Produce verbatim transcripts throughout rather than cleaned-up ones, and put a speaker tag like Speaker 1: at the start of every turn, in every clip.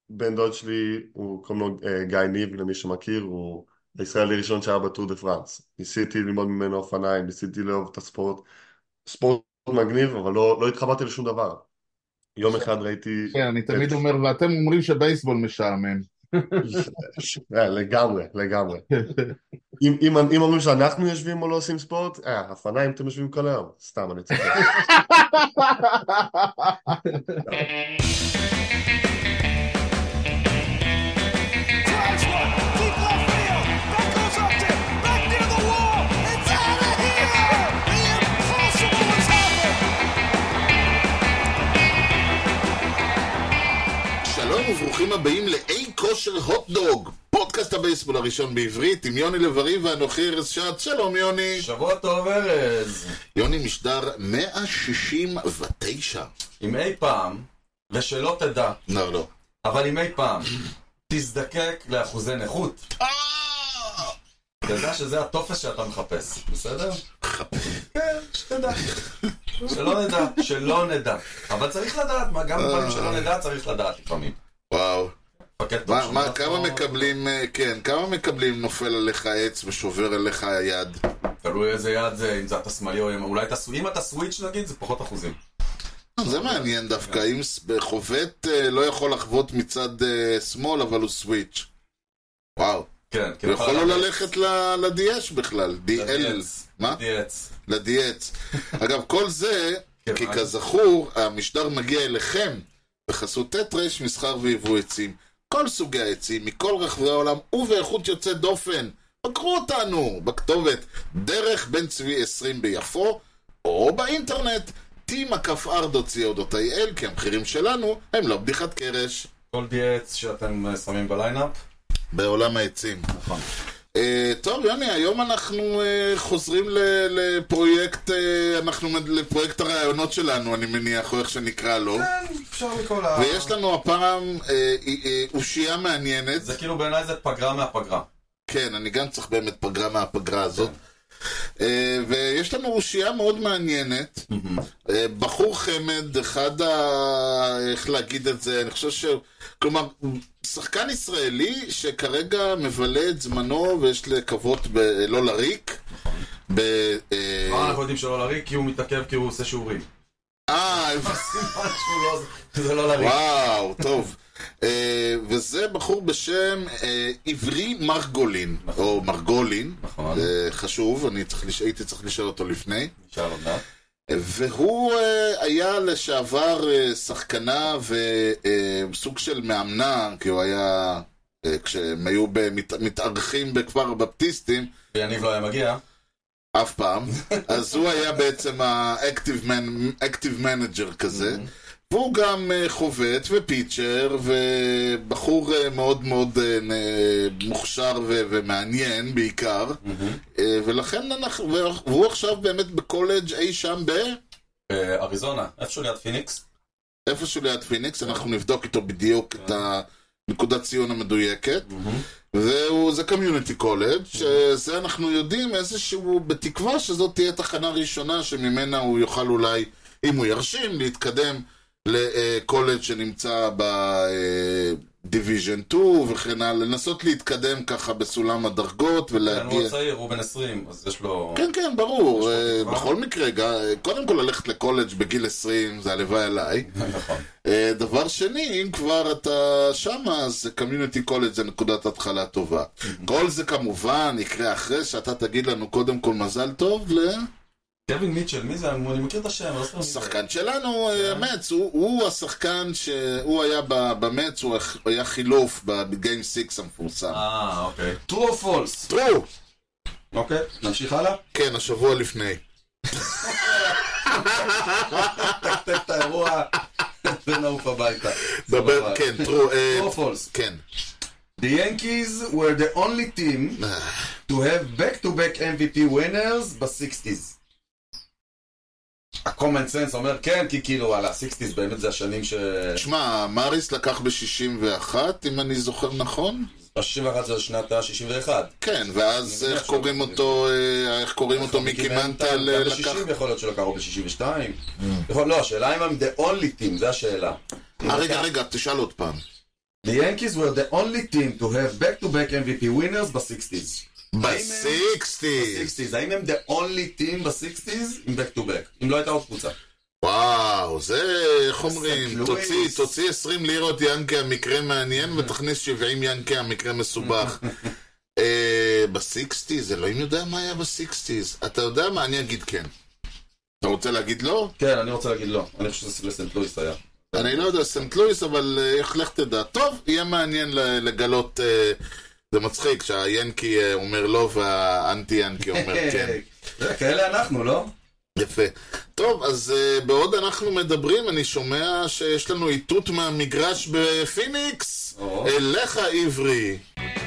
Speaker 1: בן דוד שלי, הוא קוראים לו אה, גיא ניב, למי שמכיר, הוא הישראלי הראשון שהיה בטור דה פרנס. ניסיתי ללמוד ממנו אופניים, ניסיתי לאהוב את הספורט. ספורט מגניב, אבל לא, לא התחברתי לשום דבר. יום אחד ראיתי
Speaker 2: כן, אני
Speaker 1: את...
Speaker 2: תמיד אומר, ואתם אומרים שבייסבול משעמם.
Speaker 1: אה, לגמרי, לגמרי. אם, אם, אם אומרים שאנחנו יושבים או לא עושים ספורט, אה, אופניים אתם יושבים כל היום. סתם, אני צוחק.
Speaker 3: Drives one, deep left field. That goes up to, back near the wall. It's out of here. The impossible has happened.
Speaker 4: שלום וברוכים הבאים לאי כושר הוטדוג, פודקאסט הבייסבול הראשון בעברית עם יוני לב-ארי ואנוכי ארז שץ. שלום יוני.
Speaker 5: שבוע טוב ארז.
Speaker 4: יוני, משדר מאה שישים ותשע.
Speaker 5: אם אי פעם, ושלא תדע,
Speaker 4: לא, לא.
Speaker 5: אבל אם אי פעם תזדקק לאחוזי נכות,
Speaker 4: אה!
Speaker 5: תדע שזה הטופס שאתה מחפש, בסדר?
Speaker 4: חפש.
Speaker 5: כן, שתדע. שלא נדע, שלא נדע. אבל צריך לדעת, מה, גם דברים שלא נדע צריך לדעת לפעמים.
Speaker 4: וואו.
Speaker 5: מפקד טוב
Speaker 4: מה, מה,
Speaker 5: שומע
Speaker 4: כמה
Speaker 5: טוב.
Speaker 4: מקבלים, אה, כן, כמה מקבלים נופל עליך עץ ושובר עליך היד?
Speaker 5: תלוי איזה יד זה, אם זה אתה שמאלי או אם אולי אתה, אם אתה סוויץ' נגיד, זה פחות אחוזים.
Speaker 4: זה מעניין דווקא, אם ס- חובט אה, לא יכול לחבוט מצד אה, שמאל, אבל הוא סוויץ'. וואו.
Speaker 5: כן,
Speaker 4: הוא יכול לא ללכת ל-די-אש בכלל, די-אל.
Speaker 5: לדיאץ.
Speaker 4: מה?
Speaker 5: לדיאץ.
Speaker 4: לדיאץ. אגב, כל זה,
Speaker 5: כן,
Speaker 4: כי
Speaker 5: מה?
Speaker 4: כזכור, המשדר מגיע אליכם בחסות טטרש, מסחר ויבוא עצים. כל סוגי העצים, מכל רחבי העולם, ובאיכות יוצאת דופן. בקרו אותנו בכתובת דרך בן צבי עשרים ביפו, או באינטרנט טי מקף אר דוט סי או דוט איי אל, כי המחירים שלנו הם לא בדיחת קרש
Speaker 5: כל דיאץ שאתם אה, שמים בליינאפ.
Speaker 4: בעולם העצים.
Speaker 5: נכון.
Speaker 4: Uh, טוב, יוני, היום אנחנו uh, חוזרים ל- לפרויקט, uh, אנחנו מד- לפרויקט הרעיונות שלנו, אני מניח, או איך שנקרא לו.
Speaker 5: כן, אפשר מכל ה...
Speaker 4: ויש לנו הפעם uh, uh, uh, אושייה מעניינת.
Speaker 5: זה כאילו בעיניי זה פגרה מהפגרה.
Speaker 4: כן, אני גם צריך באמת פגרה מהפגרה הזאת. Uh, ויש לנו אושייה מאוד מעניינת. uh, בחור חמד, אחד ה... איך להגיד את זה, אני חושב ש... כלומר, שחקן ישראלי שכרגע מבלה את זמנו ויש לקוות ב... לא לריק. ב... אה,
Speaker 5: כבר אנחנו יודעים שלא לריק כי הוא מתעכב כי הוא עושה שיעורים.
Speaker 4: אה,
Speaker 5: משהו לא... זה לא לריק.
Speaker 4: וואו, טוב. אה, וזה בחור בשם אה, עברי מרגולין,
Speaker 5: נכון.
Speaker 4: או מרגולין.
Speaker 5: נכון.
Speaker 4: אה, חשוב, אני צריך לש... הייתי צריך לשאול אותו לפני.
Speaker 5: נשאר עוד מעט.
Speaker 4: והוא uh, היה לשעבר uh, שחקנה וסוג uh, של מאמנה, כי הוא היה, uh, כשהם היו מת, מתארחים בכפר הבפטיסטים,
Speaker 5: ויניב לא היה מגיע.
Speaker 4: אף פעם, אז הוא היה בעצם ה-active man, active manager כזה, והוא גם uh, חובט ופיצ'ר, ובחור uh, מאוד מאוד uh, מוכשר ו- ומעניין בעיקר, uh, ולכן אנחנו, והוא עכשיו באמת בקולג' אי שם ב...
Speaker 5: אריזונה, איפשהו ליד פיניקס.
Speaker 4: איפשהו ליד פיניקס, אנחנו נבדוק איתו בדיוק את הנקודת ציון המדויקת. והוא, זה קומיוניטי קולג', שזה אנחנו יודעים איזשהו, בתקווה שזאת תהיה תחנה ראשונה שממנה הוא יוכל אולי, אם הוא ירשים, להתקדם לקולג' שנמצא בדיוויז'ן שתיים וכן הלאה, לנסות להתקדם ככה בסולם הדרגות
Speaker 5: הוא
Speaker 4: ולהגיע...
Speaker 5: צעיר, הוא בן עשרים, אז יש לו...
Speaker 4: כן, כן, ברור.
Speaker 5: יש לו
Speaker 4: אה,
Speaker 5: תקווה.
Speaker 4: בכל מקרה, ג- קודם כל ללכת לקולג' בגיל עשרים, זה הלוואי עליי.
Speaker 5: נכון.
Speaker 4: אה, דבר שני, אם כבר אתה שמה, אז קומיוניטי קולג' זה נקודת התחלה טובה. כל זה כמובן יקרה אחרי שאתה תגיד לנו קודם כל מזל טוב
Speaker 5: קווין מיטשל, מי זה? אני מכיר את השם, לא זוכר מי זה.
Speaker 4: לשחקן שלנו, אה, מצ. הוא, הוא השחקן שהוא היה ב- במץ, הוא היה חילוף בגיים שש המפורסם.
Speaker 5: אה, אוקיי. טרו או פולס?
Speaker 4: טרו!
Speaker 5: אוקיי, נמשיך הלאה.
Speaker 4: כן, השבוע לפני.
Speaker 5: תקתק את האירוע ונעוף הביתה.
Speaker 4: דבר, כן, טרו. אה,
Speaker 5: טרו או פולס?
Speaker 4: כן.
Speaker 5: The Yankees were the only team to have back-to-back אם וי פי winners ב-שישים. ה-common sense אומר כן, כי כאילו על ה-שישים באמת זה השנים ש...
Speaker 4: שמע, מריס לקח ב-שישים ואחת, אם אני זוכר נכון.
Speaker 5: ה-שישים ואחת זה שנת ה-שישים ואחת.
Speaker 4: כן, ואז איך קוראים אותו, אה, איך קוראים אותו, מיקי מנטל אה,
Speaker 5: גם
Speaker 4: לקח...
Speaker 5: ב-שישים יכול להיות שלקחו ב-שישים ושתיים. יכול, לא, השאלה אם הם the only team, זה השאלה.
Speaker 4: אה, רגע, רגע, תשאל עוד פעם.
Speaker 5: The Yankees were the only team to have back-to-back M V P winners ב-שישים.
Speaker 4: ב-סיקסטיז.
Speaker 5: האם הם the only team ב-שישים עם back-to-back? אם לא הייתה עוד קבוצה.
Speaker 4: וואו, זה, איך אומרים,
Speaker 5: סנט
Speaker 4: תוציא,
Speaker 5: לואיס.
Speaker 4: תוציא עשרים לירות ינקי המקרה מעניין ותכניס שבעים ינקי המקרה מסובך. אה, בסיקסטיז, אלוהים יודע מה היה בסיקסטיז. אתה יודע מה? אני אגיד כן. אתה רוצה להגיד לא?
Speaker 5: כן, אני רוצה להגיד לא. אני חושב שזה לסנט לואיס היה.
Speaker 4: אני לא יודע, סנט לואיס, אבל אה, איך לך תדע. טוב, יהיה מעניין ל- לגלות, אה, זה מצחיק שהיאנקי אה, אומר לא והאנטי יאנקי אומר כן.
Speaker 5: זה, כאלה אנחנו, לא?
Speaker 4: יפה. טוב, אז uh, בעוד אנחנו מדברים, אני שומע שיש לנו איתות מהמגרש בפיניקס.
Speaker 5: או.
Speaker 4: אליך, עברי.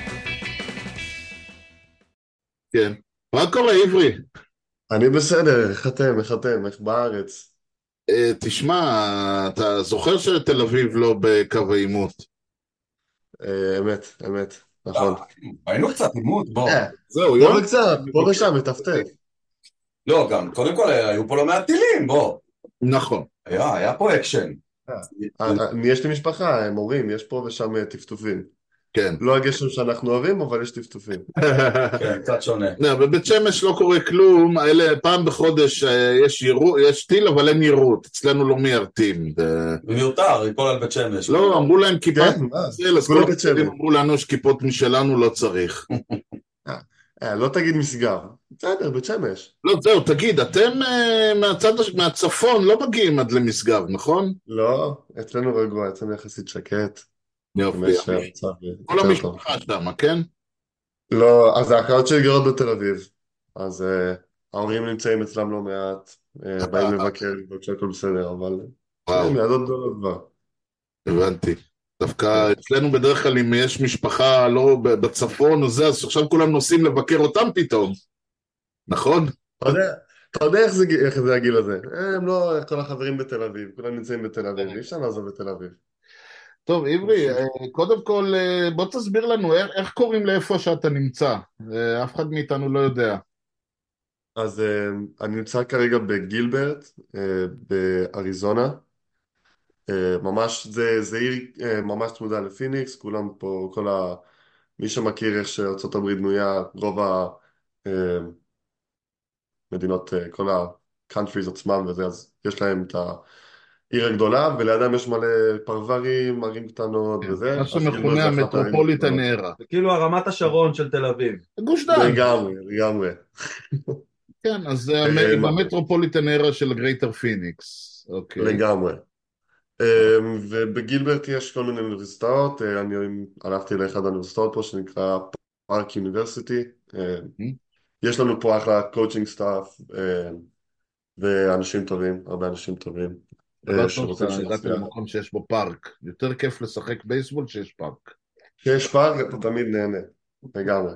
Speaker 4: כן. מה קורה, עברי?
Speaker 1: אני בסדר, איך אתם, איך אתם, איך בארץ?
Speaker 4: Uh, תשמע, אתה זוכר שתל אביב לא בקו העימות?
Speaker 1: אה, אמת, אמת, נכון.
Speaker 5: היינו קצת עימות, בוא.
Speaker 1: אה,
Speaker 4: זהו,
Speaker 1: פה
Speaker 4: יום?
Speaker 1: וקצת, פה ושם, מטפטף.
Speaker 5: לא, גם, קודם כל היו פה לא מעט טילים, בוא.
Speaker 4: נכון.
Speaker 5: היה, היה פה אקשן.
Speaker 1: אה, אה, יש לי משפחה, הם הורים, יש פה ושם אה, טפטופים.
Speaker 4: כן.
Speaker 1: לא הגשם שאנחנו אוהבים, אבל יש טפטופים.
Speaker 5: כן, קצת שונה.
Speaker 4: לא, בבית שמש לא קורה כלום, האלה פעם בחודש אה, יש ירו- יש טיל אבל אין יירוט, אצלנו לא מיירטים. ו-
Speaker 5: מיותר, ייפול על בית שמש.
Speaker 4: לא, אמרו להם כיפת
Speaker 1: כן, מה?
Speaker 4: ברזל, אז
Speaker 1: כולם
Speaker 4: כל
Speaker 1: בית
Speaker 4: הצדדים
Speaker 1: שמש.
Speaker 4: אמרו לנו שכיפות משלנו לא צריך.
Speaker 1: אה, לא תגיד משגב. בסדר, בית שמש.
Speaker 4: לא, זהו, תגיד, אתם אה, מהצד, הש- מהצפון לא מגיעים עד למשגב, נכון?
Speaker 1: לא, אצלנו רגוע, אצלנו יחסית שקט.
Speaker 4: יופי.
Speaker 1: יש אה, מצב
Speaker 4: כל
Speaker 1: יותר טוב.
Speaker 4: המשפחה שם, כן?
Speaker 1: לא, אז האחיות שלי גרות בתל אביב. אז אה, ההורים נמצאים אצלם לא מעט. אה, באים לבקר, לבדוק שהכל בסדר, אבל...
Speaker 4: וואו,
Speaker 1: כן, ילדות גדולות כבר.
Speaker 4: הבנתי. דווקא אצלנו בדרך כלל אם יש משפחה לא ב- בצפון או זה, אז עכשיו כולם נוסעים לבקר אותם פתאום. נכון?
Speaker 1: אתה יודע, אתה יודע איך זה, איך זה הגיל הזה. אה, הם לא, כל החברים בתל אביב, כולם נמצאים בתל אביב, אי אפשר לעזוב את תל אביב.
Speaker 4: טוב, עברי, אה, קודם כל אה, בוא תסביר לנו איך, איך קוראים לאיפה שאתה נמצא. אה, אף אחד מאיתנו לא יודע.
Speaker 1: אז אה, אני נמצא כרגע בגילברט, אה, באריזונה. אה, ממש, זה, זה עיר אה, ממש צמודה לפיניקס, כולם פה, כל ה... מי שמכיר איך שארצות הברית בנויה, רוב המדינות, אה, כל ה-countries עצמם וזה, אז יש להם את העיר הגדולה, ולידם יש מלא פרברים, ערים קטנות
Speaker 2: כן.
Speaker 1: וזה,
Speaker 2: מה
Speaker 1: אז גילברט
Speaker 2: שמכונה
Speaker 1: זה אחת הערים
Speaker 2: המטרופוליטן
Speaker 1: הגדולות.
Speaker 2: ארה.
Speaker 6: זה כאילו הרמת השרון של תל אביב.
Speaker 2: גוש דן.
Speaker 1: לגמרי, לגמרי.
Speaker 2: כן, אז זה
Speaker 1: אה,
Speaker 2: המ-
Speaker 1: מה-
Speaker 2: במטרופוליטן ארה של גרייטר פיניקס. אוקיי.
Speaker 1: לגמרי. אמ, ובגילברט יש כל מיני אוניברסיטאות, אה, אני הלכתי לאחד האוניברסיטאות פה שנקרא פארק יוניברסיטי. יש לנו פה אחלה קואוצ'ינג סטאפ ואנשים טובים, הרבה אנשים טובים אה,
Speaker 2: דבר טוב
Speaker 1: שרוצים
Speaker 2: שאתה הגעת
Speaker 1: שנצליח.
Speaker 2: למקום שיש בו פארק. יותר כיף לשחק בייסבול שיש פארק.
Speaker 1: כשיש פארק אתה תמיד נהנה, לגמרי.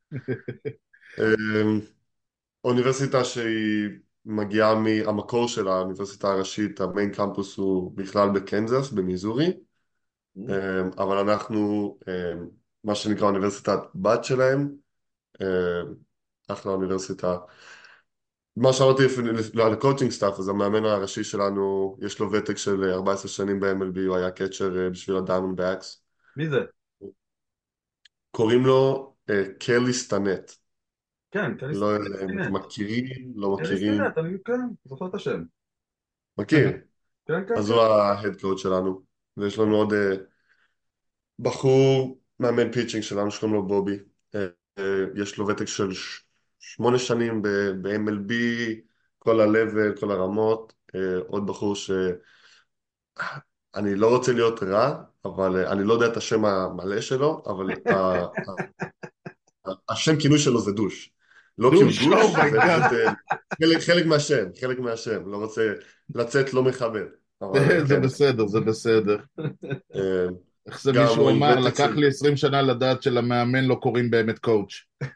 Speaker 1: אמ, אוניברסיטה שהיא מגיעה מהמקור של האוניברסיטה הראשית, המיין קמפוס הוא בכלל בקנזס, במיזורי. אמ, אבל אנחנו, אמ, מה שנקרא אוניברסיטת בת שלהם, אמ, אחלה אוניברסיטה. מה שאמרתי על הקואוצ'ינג סטאפ, אז המאמן הראשי שלנו, יש לו ותק של ארבע עשרה שנים ב-אם אל בי, הוא היה קצ'ר אה, בשביל הדיימונד באקס.
Speaker 6: מי זה?
Speaker 1: קוראים לו אה, קלי סטנט.
Speaker 6: כן, קליס
Speaker 1: לא יודע אם אתם מכירים, לא מכירים.
Speaker 6: סטנט, אני כן, זוכר את השם.
Speaker 1: מכיר.
Speaker 6: כן, כן,
Speaker 1: אז
Speaker 6: כן.
Speaker 1: הוא ההד קואוצ' שלנו. ויש לנו עוד אה, בחור מאמן פיצ'ינג שלנו שקוראים לו בובי. אה, אה, יש לו ותק של ש- שמונה שנים ב-אם אל בי, כל ה-level, כל הרמות. אה, עוד בחור ש... אני לא רוצה להיות רע, אבל אה, אני לא יודע את השם המלא שלו, אבל ה- ה- ה- השם כינוי שלו זה דוש. לא כי הוא
Speaker 2: דוש,
Speaker 1: דוש,
Speaker 2: Oh my
Speaker 1: זה
Speaker 2: God.
Speaker 1: פשוט אה, חלק, חלק מהשם, חלק מהשם. לא רוצה לצאת לא מכבד. אבל אה,
Speaker 2: זה
Speaker 1: כן.
Speaker 2: בסדר, זה בסדר.
Speaker 1: אה,
Speaker 2: איך זה
Speaker 1: גם
Speaker 2: מישהו
Speaker 1: הוא עם
Speaker 2: אמר,
Speaker 1: ותק
Speaker 2: לקח
Speaker 1: של...
Speaker 2: לי עשרים שנה לדעת שלמאמן לא קוראים באמת קואוץ'.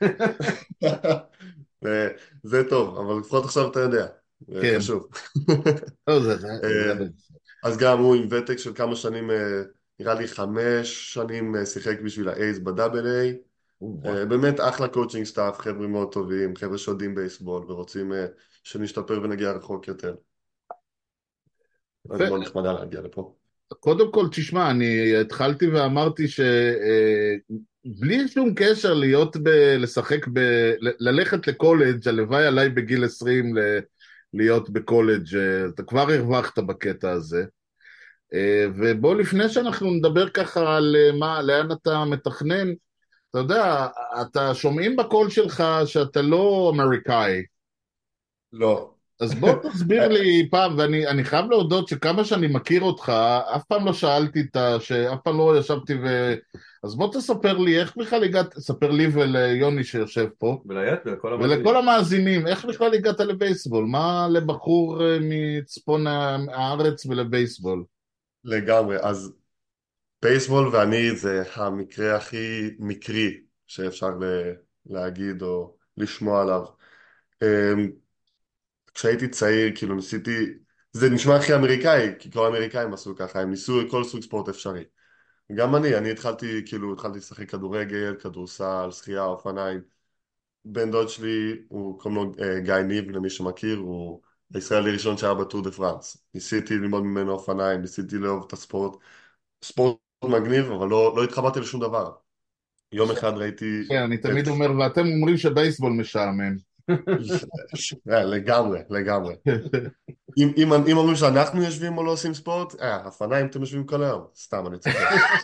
Speaker 1: אה, זה טוב, אבל לפחות עכשיו אתה יודע. זה
Speaker 2: כן.
Speaker 1: חשוב.
Speaker 2: לא, זה, זה,
Speaker 1: אה,
Speaker 2: זה,
Speaker 1: אז גם הוא עם ותק של כמה שנים, אה, נראה לי חמש שנים אה, שיחק בשביל האייז בדאבל איי. אה, באמת אחלה קואוצ'ינג סטאפ, חבר'ה מאוד טובים, חבר'ה שיודעים בייסבול ורוצים אה, שנשתפר ונגיע רחוק יותר. אז
Speaker 2: יפה.
Speaker 1: מאוד נחמדה להגיע לפה.
Speaker 2: קודם כל, תשמע, אני התחלתי ואמרתי שבלי שום קשר להיות ב... לשחק ב... ל- ללכת לקולג', הלוואי עליי בגיל עשרים ל... להיות בקולג', אה, אתה כבר הרווחת בקטע הזה. אה, ובוא, לפני שאנחנו נדבר ככה על אה, מה, לאן אתה מתכנן, אתה יודע, אתה שומעים בקול שלך שאתה לא אמריקאי.
Speaker 1: לא.
Speaker 2: אז בוא תסביר לי פעם, ואני אני חייב להודות שכמה שאני מכיר אותך, אף פעם לא שאלתי את ה... שאף פעם לא ישבתי ו... אז בוא תספר לי איך בכלל הגעת, תספר לי וליוני שיושב פה,
Speaker 6: ולית ולכל המאזינים.
Speaker 2: ולכל המאזינים, איך בכלל הגעת לבייסבול? מה לבחור אה, מצפון הארץ ולבייסבול?
Speaker 1: לגמרי. אז בייסבול ואני זה המקרה הכי מקרי שאפשר ל- להגיד או לשמוע עליו. אמ, כשהייתי צעיר, כאילו ניסיתי, זה נשמע הכי אמריקאי, כי כל האמריקאים עשו ככה, הם ניסו כל סוג ספורט אפשרי. גם אני, אני התחלתי, כאילו, התחלתי לשחק כדורגל, כדורסל, שחייה, אופניים. בן דוד שלי, הוא קוראים לו אה, גיא ניב, למי שמכיר, הוא הישראלי הראשון שהיה בטור דה פרנס. ניסיתי ללמוד ממנו אופניים, ניסיתי לאהוב את הספורט. ספורט מגניב, אבל לא, לא התחברתי לשום דבר. יום אחד ראיתי
Speaker 2: כן, אני
Speaker 1: את...
Speaker 2: תמיד אומר, ואתם אומרים שבייסבול משעמם.
Speaker 1: אה, לגמרי, לגמרי. אם, אם, אם אומרים שאנחנו יושבים או לא עושים ספורט, אה, אופניים אתם יושבים כל היום. סתם, אני צוחק.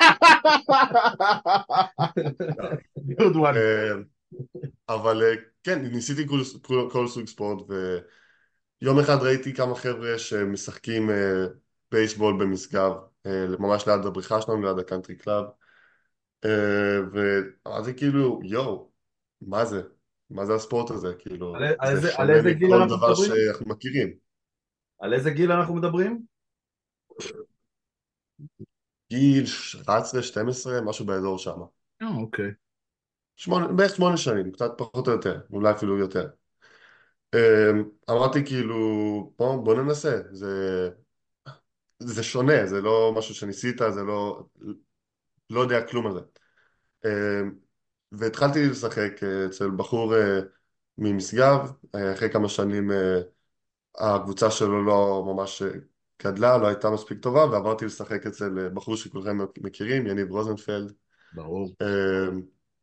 Speaker 2: Good one.
Speaker 1: אה, אבל אה, כן, ניסיתי כל, כל, כל סוג ספורט, ויום אחד ראיתי כמה חבר'ה שמשחקים אה, בייסבול במשגב, אה, ממש ליד הבריכה שלנו, ליד הקאנטרי קלאב, אה, ואמרתי כאילו, יואו, מה זה? מה זה הספורט הזה? כאילו,
Speaker 6: על על
Speaker 1: זה
Speaker 6: איזה על
Speaker 1: שונה
Speaker 6: איזה גיל
Speaker 1: מכל
Speaker 6: אנחנו
Speaker 1: דבר
Speaker 6: מדברים?
Speaker 1: שאנחנו מכירים.
Speaker 6: על איזה גיל אנחנו מדברים?
Speaker 1: גיל אחת עשרה שתים עשרה, משהו באזור שם.
Speaker 2: אה, אוקיי.
Speaker 1: שמונה, בערך שמונה שנים, קצת פחות או יותר, אולי אפילו יותר. אמ, אמרתי כאילו, בוא, בוא ננסה, זה, זה שונה, זה לא משהו שניסית, זה לא, לא יודע כלום על זה. אמ, והתחלתי לשחק אה, אצל בחור אה, ממשגב, אה, אחרי כמה שנים אה, הקבוצה שלו לא ממש אה, גדלה, לא הייתה מספיק טובה, ועברתי לשחק אצל אה, בחור שכולכם מכירים, יניב רוזנפלד.
Speaker 2: ברור.
Speaker 1: אמ,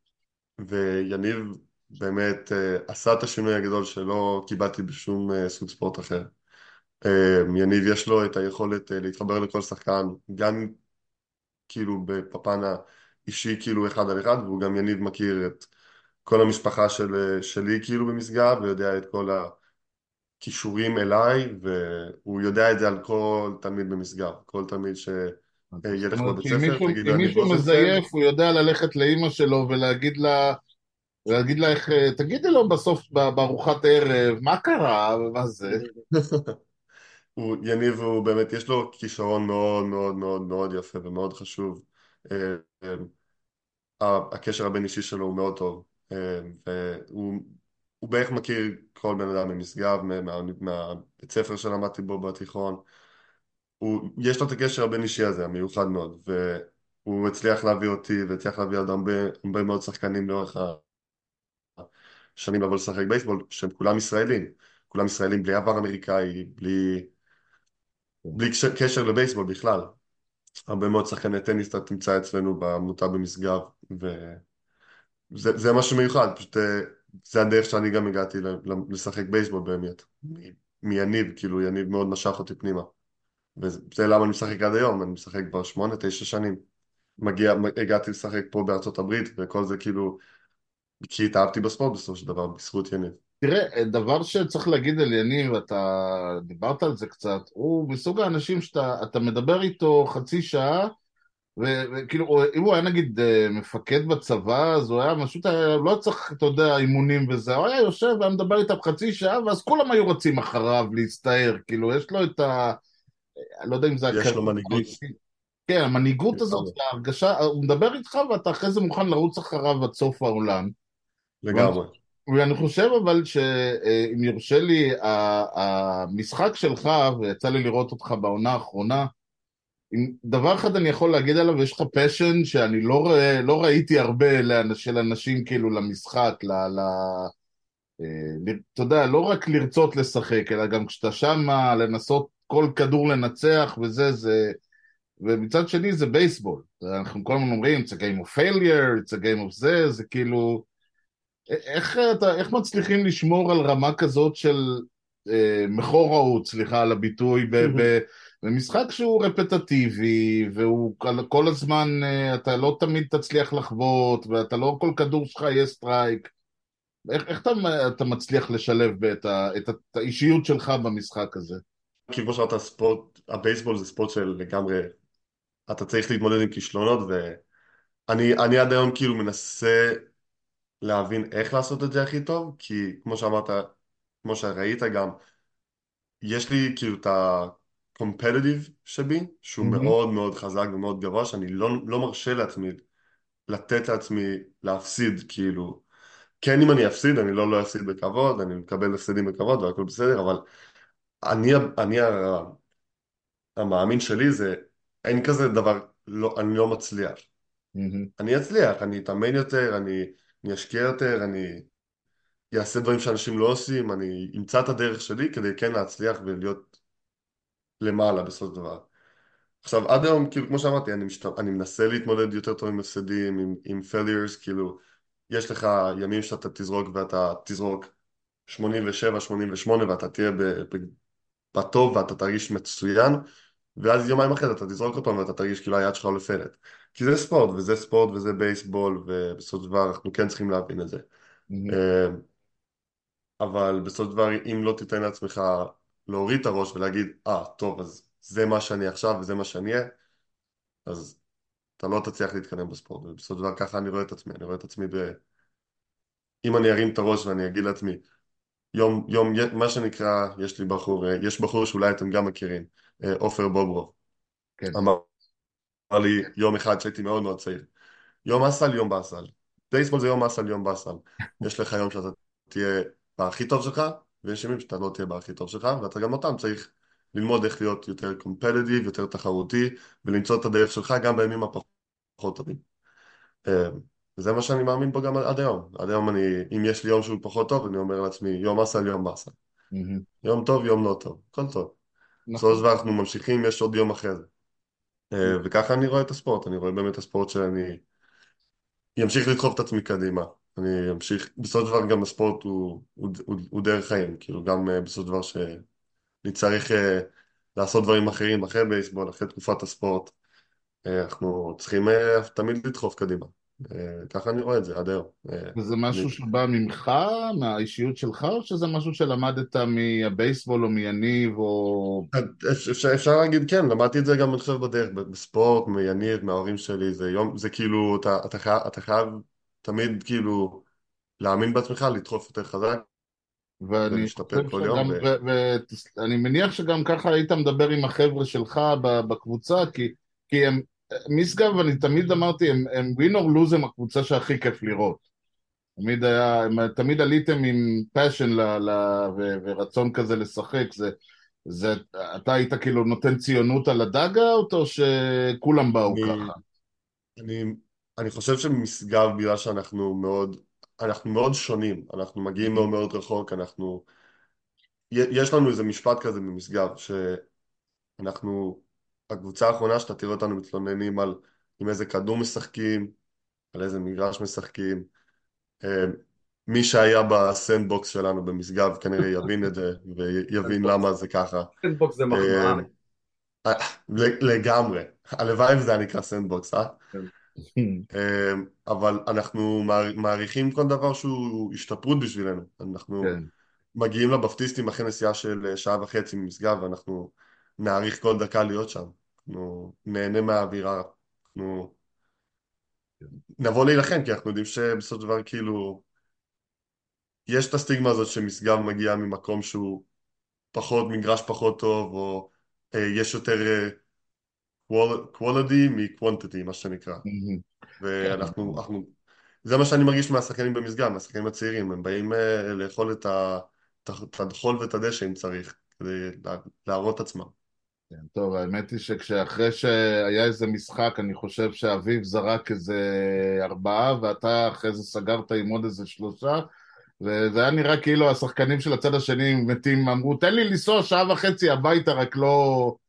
Speaker 1: ויניב באמת אה, עשה את השינוי הגדול שלא קיבלתי בשום אה, סוג ספורט אחר. אה, יניב יש לו את היכולת אה, להתחבר לכל שחקן, גם כאילו בפן האישי כאילו אחד על אחד, והוא גם יניב מכיר את כל המשפחה של, אה, שלי כאילו במשגב, ויודע את כל הכישורים אליי, והוא יודע את זה על כל תלמיד במשגב, כל תלמיד
Speaker 2: זאת
Speaker 1: שילך
Speaker 2: אומרת
Speaker 1: בבית
Speaker 2: שאם
Speaker 1: ספר,
Speaker 2: מישהו,
Speaker 1: תגיד
Speaker 2: אם
Speaker 1: לו יניב
Speaker 2: מישהו
Speaker 1: רוזנפלד.
Speaker 2: מזייף, הוא יודע ללכת לאימא שלו ולהגיד לה, ולהגיד לה איך, תגידי לו בסוף ב- בארוחת ערב, מה קרה ומה זה?
Speaker 1: הוא, יניב הוא באמת, יש לו כישרון מאוד מאוד מאוד מאוד יפה ומאוד חשוב. אה, אה, הקשר הבין אישי שלו הוא מאוד טוב. אה, והוא הוא בערך מכיר כל בן אדם ממשגב, מה- מה- מהבית ספר שלמדתי בו בתיכון. הוא, יש לו את הקשר הבין אישי הזה, המיוחד מאוד, והוא הצליח להביא אותי והצליח להביא עוד הרבה, הרבה מאוד שחקנים לאורך השנים לבוא לשחק בייסבול, שהם כולם ישראלים. כולם ישראלים בלי עבר אמריקאי, בלי, בלי קשר קשר לבייסבול בכלל. הרבה מאוד שחקני טניס אתה תמצא אצלנו בעמותה במשגב, וזה זה משהו מיוחד, פשוט אה, זה הדרך שאני גם הגעתי ל- ל- לשחק בייסבול באמת, מ- מיניב, כאילו יניב מאוד משך אותי פנימה, וזה למה אני משחק עד היום, אני משחק כבר שמונה, תשע שנים, מגיע, הגעתי לשחק פה בארצות הברית, וכל זה כאילו, כי התאהבתי בספורט בסופו של דבר, בזכות יניב.
Speaker 2: תראה, דבר שצריך להגיד על יניב, אתה דיברת על זה קצת, הוא מסוג האנשים שאתה אתה מדבר איתו חצי שעה, ו- וכאילו, הוא- אם הוא היה נגיד אה, מפקד בצבא, אז הוא היה פשוט, היה- לא צריך, אתה יודע, אימונים וזה, הוא היה יושב והיה מדבר איתם חצי שעה, ואז כולם היו רצים אחריו להסתער, כאילו, יש לו את ה... אני לא יודע אם זה
Speaker 1: יש לו
Speaker 2: הכבוד
Speaker 1: מנהיגות.
Speaker 2: האישי. כן, המנהיגות הזאת, ההרגשה, הוא מדבר איתך ואתה אחרי זה מוכן לרוץ אחריו עד סוף העולם. ואני
Speaker 1: לגמרי.
Speaker 2: ואני חושב אבל שאם יורשה לי, ה- המשחק שלך, ויצא לי לראות אותך בעונה האחרונה, אם דבר אחד אני יכול להגיד עליו, יש לך פשן שאני לא, רואה, לא ראיתי הרבה לאנ- של אנשים כאילו למשחק, ל, ל, אה, ל, אתה יודע, לא רק לרצות לשחק, אלא גם כשאתה שמה, לנסות כל כדור לנצח וזה, זה, ומצד שני זה בייסבול. אנחנו כל הזמן אומרים, it's a game of failure, it's a game of זה, זה כאילו... איך, אתה, איך מצליחים לשמור על רמה כזאת של אה, מכוראות, סליחה על הביטוי, ב, ב, במשחק שהוא רפטטיבי, והוא כל, כל הזמן, אה, אתה לא תמיד תצליח לחוות, ואתה לא כל כדור שלך יהיה סטרייק. איך, איך אתה, אתה מצליח לשלב את, ה, את, ה, את האישיות שלך במשחק הזה?
Speaker 1: כי כמו שאמרת, הספורט, הבייסבול זה ספורט של לגמרי, אתה צריך להתמודד עם כישלונות, ואני אני עד היום כאילו מנסה להבין איך לעשות את זה הכי טוב, כי כמו שאמרת, כמו שראית גם, יש לי כאילו את ה-competitive שבי, שהוא
Speaker 2: מהמם,
Speaker 1: מאוד מאוד חזק ומאוד גבוה, שאני לא, לא מרשה לעצמי, לתת לעצמי להפסיד, כאילו, כן אם אני אפסיד, אני לא לא אפסיד בכבוד, אני מקבל הפסדים בכבוד והכל בסדר, אבל אני, אני ה- המאמין שלי זה, אין כזה דבר, לא, אני לא מצליח.
Speaker 2: מהמם,
Speaker 1: אני אצליח, אני אתאמן יותר, אני, אני אשקיע יותר, אני אעשה דברים שאנשים לא עושים, אני אמצא את הדרך שלי כדי כן להצליח ולהיות למעלה בסופו של דבר. עכשיו, עד היום, כאילו, כמו שאמרתי, אני, משת... אני מנסה להתמודד יותר טוב עם הפסדים, עם, עם failures, כאילו, יש לך ימים שאתה תזרוק ואתה תזרוק שמונים ושבע, שמונים ושמונה ואתה תהיה ב... ב... בטוב ואתה תרגיש מצוין, ואז יומיים אחרי זה אתה תזרוק אותו ואתה תרגיש כאילו היד שלך הולפת. כי זה ספורט, וזה ספורט וזה בייסבול, ובסופו של דבר אנחנו כן צריכים להבין את זה.
Speaker 2: מהמם,
Speaker 1: אה, אבל בסופו של דבר, אם לא תיתן לעצמך להוריד את הראש ולהגיד, אה, ah, טוב, אז זה מה שאני עכשיו וזה מה שאני אהיה, אז אתה לא תצליח להתקדם בספורט. ובסופו של דבר ככה אני רואה את עצמי, אני רואה את עצמי ב... אם אני ארים את הראש ואני אגיד לעצמי, יום, יום, מה שנקרא, יש לי בחור, אה, יש בחור שאולי אתם גם מכירים, אה, עופר בוברוב,
Speaker 2: כן.
Speaker 1: אמר לי יום אחד שהייתי מאוד מאוד צעיר, יום אסל, יום באסל. בייסבול זה יום אסל, יום באסל. יש לך יום שאתה תהיה בהכי טוב שלך, ויש ימים שאתה לא תהיה בהכי טוב שלך, ואתה גם אותם צריך ללמוד איך להיות יותר קומפטיטיב, יותר תחרותי, ולמצוא את הדרך שלך גם בימים הפחות טובים. אה, וזה מה שאני מאמין בו גם עד היום. עד היום אני, אם יש לי יום שהוא פחות טוב, אני אומר לעצמי, יום אסל, יום באסל.
Speaker 2: מהמם.
Speaker 1: יום טוב, יום לא טוב. הכל טוב. בסופו של
Speaker 2: נכון.
Speaker 1: דבר אנחנו ממשיכים, יש עוד יום אחרי זה. אה, וככה אני רואה את הספורט. אני רואה באמת את הספורט שאני אמשיך לדחוף את עצמי קדימה. אני אמשיך, בסופו של דבר גם הספורט הוא, הוא, הוא, הוא דרך חיים. כאילו גם אה, בסופו של דבר שאני צריך אה, לעשות דברים אחרים אחרי בייסבול, אחרי תקופת הספורט. אה, אנחנו צריכים אה, תמיד לדחוף קדימה. אה, ככה אני רואה את זה עד היום. אה,
Speaker 2: וזה
Speaker 1: אני,
Speaker 2: משהו שבא ממך, מהאישיות שלך, או שזה משהו שלמדת מהבייסבול או מיניב, או...
Speaker 1: אפשר, אפשר להגיד כן, למדתי את זה גם אני חושב בדרך, בספורט, מיניב, מההורים שלי, זה יום, זה כאילו, אתה, אתה חייב, אתה חייב תמיד כאילו להאמין בעצמך, לדחוף יותר חזק
Speaker 2: ואני
Speaker 1: ולהשתפר
Speaker 2: חושב
Speaker 1: כל יום.
Speaker 2: שגם, ואני מניח שגם ככה היית מדבר עם החבר'ה שלך ב- בקבוצה, כי, כי הם, משגב, אני תמיד אמרתי, הם, הם win or lose הם הקבוצה שהכי כיף לראות. תמיד היה, הם, תמיד עליתם עם passion ל, ל, ו, ורצון כזה לשחק, זה, זה, אתה היית כאילו נותן ציונות על הדאגאוט, או שכולם באו
Speaker 1: אני,
Speaker 2: ככה?
Speaker 1: אני, אני חושב שמשגב, בגלל שאנחנו מאוד, אנחנו מאוד שונים, אנחנו מגיעים מאוד מאוד רחוק, אנחנו, יש לנו איזה משפט כזה במשגב, שאנחנו, הקבוצה האחרונה שאתה תראה אותנו מתלוננים על עם איזה כדור משחקים, על איזה מגרש משחקים. אה, מי שהיה בסנדבוקס שלנו במשגב כנראה יבין את זה ויבין למה זה ככה.
Speaker 6: סנדבוקס זה
Speaker 1: אה,
Speaker 6: מחמאה.
Speaker 1: לגמרי. הלוואי וזה היה נקרא סנדבוקס, אה? אה, אבל אנחנו מער- מעריכים כל דבר שהוא השתפרות בשבילנו. אנחנו
Speaker 2: כן.
Speaker 1: מגיעים לבפטיסטים אחרי נסיעה של אה, שעה וחצי ממשגב ואנחנו נעריך כל דקה להיות שם. אנחנו נהנה מהאווירה. אנחנו נבוא להילחם כי אנחנו יודעים שבסופו של דבר כאילו יש את הסטיגמה הזאת שמשגב מגיע ממקום שהוא פחות, מגרש פחות טוב, או אה, יש יותר אה, quality מ-quantity, מה שנקרא.
Speaker 2: כן.
Speaker 1: ואנחנו, אנחנו, זה מה שאני מרגיש מהשחקנים במשגב, מהשחקנים הצעירים, הם באים אה, לאכול את ה- את ה- את החול ואת הדשא אם צריך, כדי לה- להראות עצמם.
Speaker 2: כן, טוב, האמת היא שכשאחרי שהיה איזה משחק, אני חושב שאביב זרק איזה ארבעה, ואתה אחרי זה סגרת עם עוד איזה שלושה, וזה היה נראה כאילו השחקנים של הצד השני מתים, אמרו, תן לי לנסוע שעה וחצי הביתה, רק לא,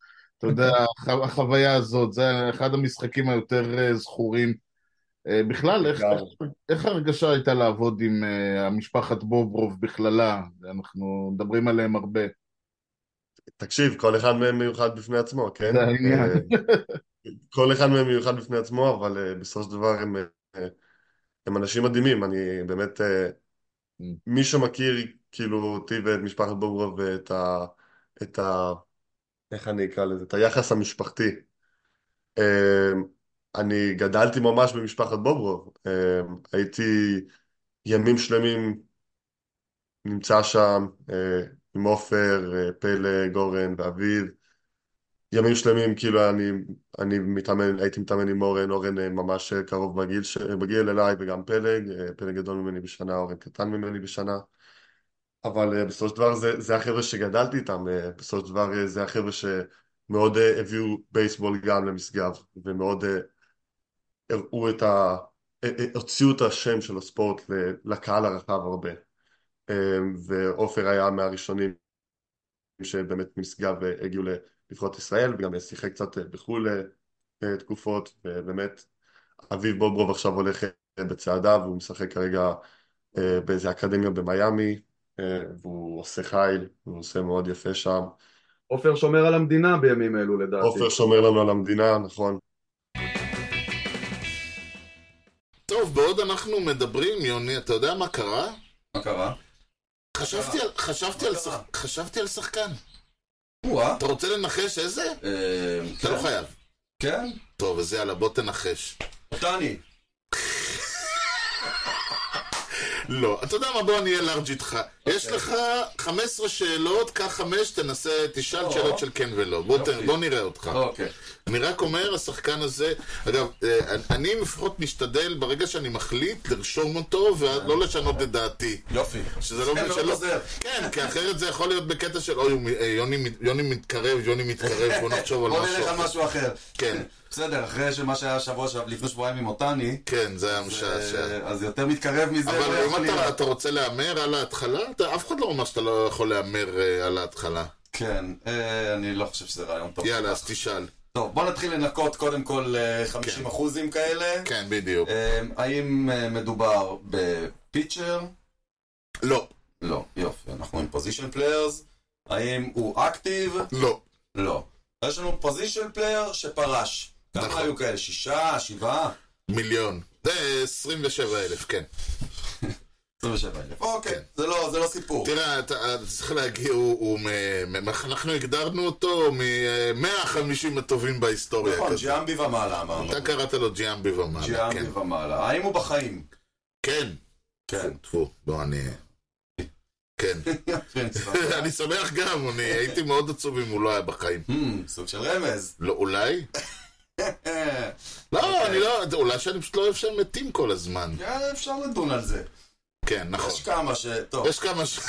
Speaker 2: אתה יודע, הח- החוויה הזאת, זה אחד המשחקים היותר אה, זכורים. אה, בכלל, איך, איך, איך הרגשה הייתה לעבוד עם אה, המשפחת בוברוב בכללה? אנחנו מדברים עליהם הרבה.
Speaker 1: תקשיב, כל אחד מהם מיוחד בפני עצמו, כן?
Speaker 2: זה העניין.
Speaker 1: אה, כל אחד מהם מיוחד בפני עצמו, אבל אה, בסופו של דבר הם, אה, הם אנשים מדהימים. אני באמת, אה, מי שמכיר כאילו אותי ואת משפחת בוברוב ואת ה... את ה... איך אני אקרא לזה? את היחס המשפחתי. אה, אני גדלתי ממש במשפחת בוברוב. אה, הייתי ימים שלמים נמצא שם אה, עם עופר, אה, פלג, אורן ואביב. ימים שלמים, כאילו אני, אני מתאמן, הייתי מתאמן עם אורן, אורן אה, ממש אה, קרוב בגיל, ש... בגיל אליי וגם פלג, אה, פלג גדול ממני בשנה, אורן קטן ממני בשנה, אבל אה, בסופו של דבר זה, זה החבר'ה שגדלתי איתם, אה, בסופו של דבר אה, זה החבר'ה שמאוד אה, הביאו בייסבול גם למשגב, ומאוד אה, הראו את ה... אה, אה, הוציאו את השם של הספורט ל- לקהל הרחב הרבה, אה, ועופר היה מהראשונים שבאמת משגב אה, הגיעו לנבחרת ישראל, וגם שיחק קצת אה, בחו"ל אה, תקופות, ובאמת אביב בוברוב עכשיו הולך אה, בצעדיו, והוא משחק כרגע אה, באיזה אקדמיה במיאמי, אה, והוא עושה חיל, והוא עושה מאוד יפה שם.
Speaker 6: עופר שומר על המדינה בימים אלו לדעתי.
Speaker 1: עופר שומר לנו על המדינה, נכון.
Speaker 4: טוב, בעוד אנחנו מדברים, יוני, אתה יודע מה קרה?
Speaker 5: מה קרה?
Speaker 4: חשבתי על, חשבתי על, שח... חשבתי על שחקן.
Speaker 5: וואה.
Speaker 4: אתה רוצה לנחש איזה?
Speaker 5: אה,
Speaker 4: אתה לא
Speaker 5: כן.
Speaker 4: חייב.
Speaker 5: כן?
Speaker 4: טוב, אז יאללה, בוא תנחש.
Speaker 5: אותני.
Speaker 4: לא, אתה יודע מה, בוא אני אהיה לארג' איתך. יש לך חמש עשרה שאלות, קח חמש, תנסה, תשאל
Speaker 5: או.
Speaker 4: שאלות של כן ולא. בוא, ת...
Speaker 5: יופי.
Speaker 4: בוא נראה אותך.
Speaker 5: אוקיי.
Speaker 4: אני רק אומר, השחקן הזה, אגב, אה, אני לפחות משתדל ברגע שאני מחליט לרשום אותו ולא לשנות את דעתי.
Speaker 5: יופי.
Speaker 4: שזה לא...
Speaker 5: זה לא
Speaker 4: שלא-
Speaker 5: עוזר.
Speaker 4: כן, כי אחרת זה יכול להיות בקטע של אוי, הוא מ- אה, יוני, יוני מתקרב, יוני מתקרב, בוא נחשוב על
Speaker 5: בוא
Speaker 4: משהו
Speaker 5: נלך על
Speaker 4: אחר.
Speaker 5: משהו אחר.
Speaker 4: כן,
Speaker 5: בסדר, אחרי שמה שהיה שבוע שב- לפני שבועיים עם אותני,
Speaker 4: כן, זה היה משעשע.
Speaker 5: אה, אז יותר מתקרב מזה. לא
Speaker 4: אבל
Speaker 5: יכול
Speaker 4: אם אתה,
Speaker 5: להיות.
Speaker 4: אתה רוצה להמר על ההתחלה, אתה, אף אחד לא אומר שאתה לא יכול להמר אה, על ההתחלה.
Speaker 5: כן, אה, אני לא חושב שזה רעיון טוב.
Speaker 4: יאללה, אז תשאל.
Speaker 5: טוב, בוא נתחיל לנקות קודם כל אה, חמישים אחוזים כאלה.
Speaker 4: כן, בדיוק.
Speaker 5: אה, האם אה, מדובר בפיצ'ר?
Speaker 4: לא,
Speaker 5: לא, יופי, אנחנו עם פוזיישן פליירס. האם הוא אקטיב?
Speaker 4: לא.
Speaker 5: לא. יש לנו פוזיישן פלייר שפרש. כמה
Speaker 4: נכון.
Speaker 5: היו כאלה? שישה? שבעה?
Speaker 4: מיליון. זה עשרים ושבע אלף, כן.
Speaker 5: עשרים ושבע אלף. אוקיי,
Speaker 4: כן.
Speaker 5: זה לא, זה לא סיפור.
Speaker 4: תראה, אתה אתה צריך להגיד, הוא, הוא מ- מ- אנחנו הגדרנו אותו מ-מאה וחמישים הטובים בהיסטוריה.
Speaker 5: נכון,
Speaker 4: כזה.
Speaker 5: ג'יאמבי ומעלה אמרנו.
Speaker 4: אתה קראת לו ג'יאמבי ומעלה,
Speaker 5: ג'יאמבי
Speaker 4: כן.
Speaker 5: ומעלה. האם הוא בחיים?
Speaker 4: כן.
Speaker 5: כן.
Speaker 4: טפו, בוא אני... כן.
Speaker 5: כן,
Speaker 4: אני שמח גם, אני הייתי מאוד עצוב אם הוא לא היה בחיים.
Speaker 5: Hmm, סוג של רמז.
Speaker 4: לא, אולי? לא, אני לא, אולי שאני פשוט לא אוהב שהם מתים כל הזמן.
Speaker 5: כן, אפשר לדון על זה.
Speaker 4: כן, נכון.
Speaker 5: יש כמה ש... טוב.
Speaker 4: יש כמה ש...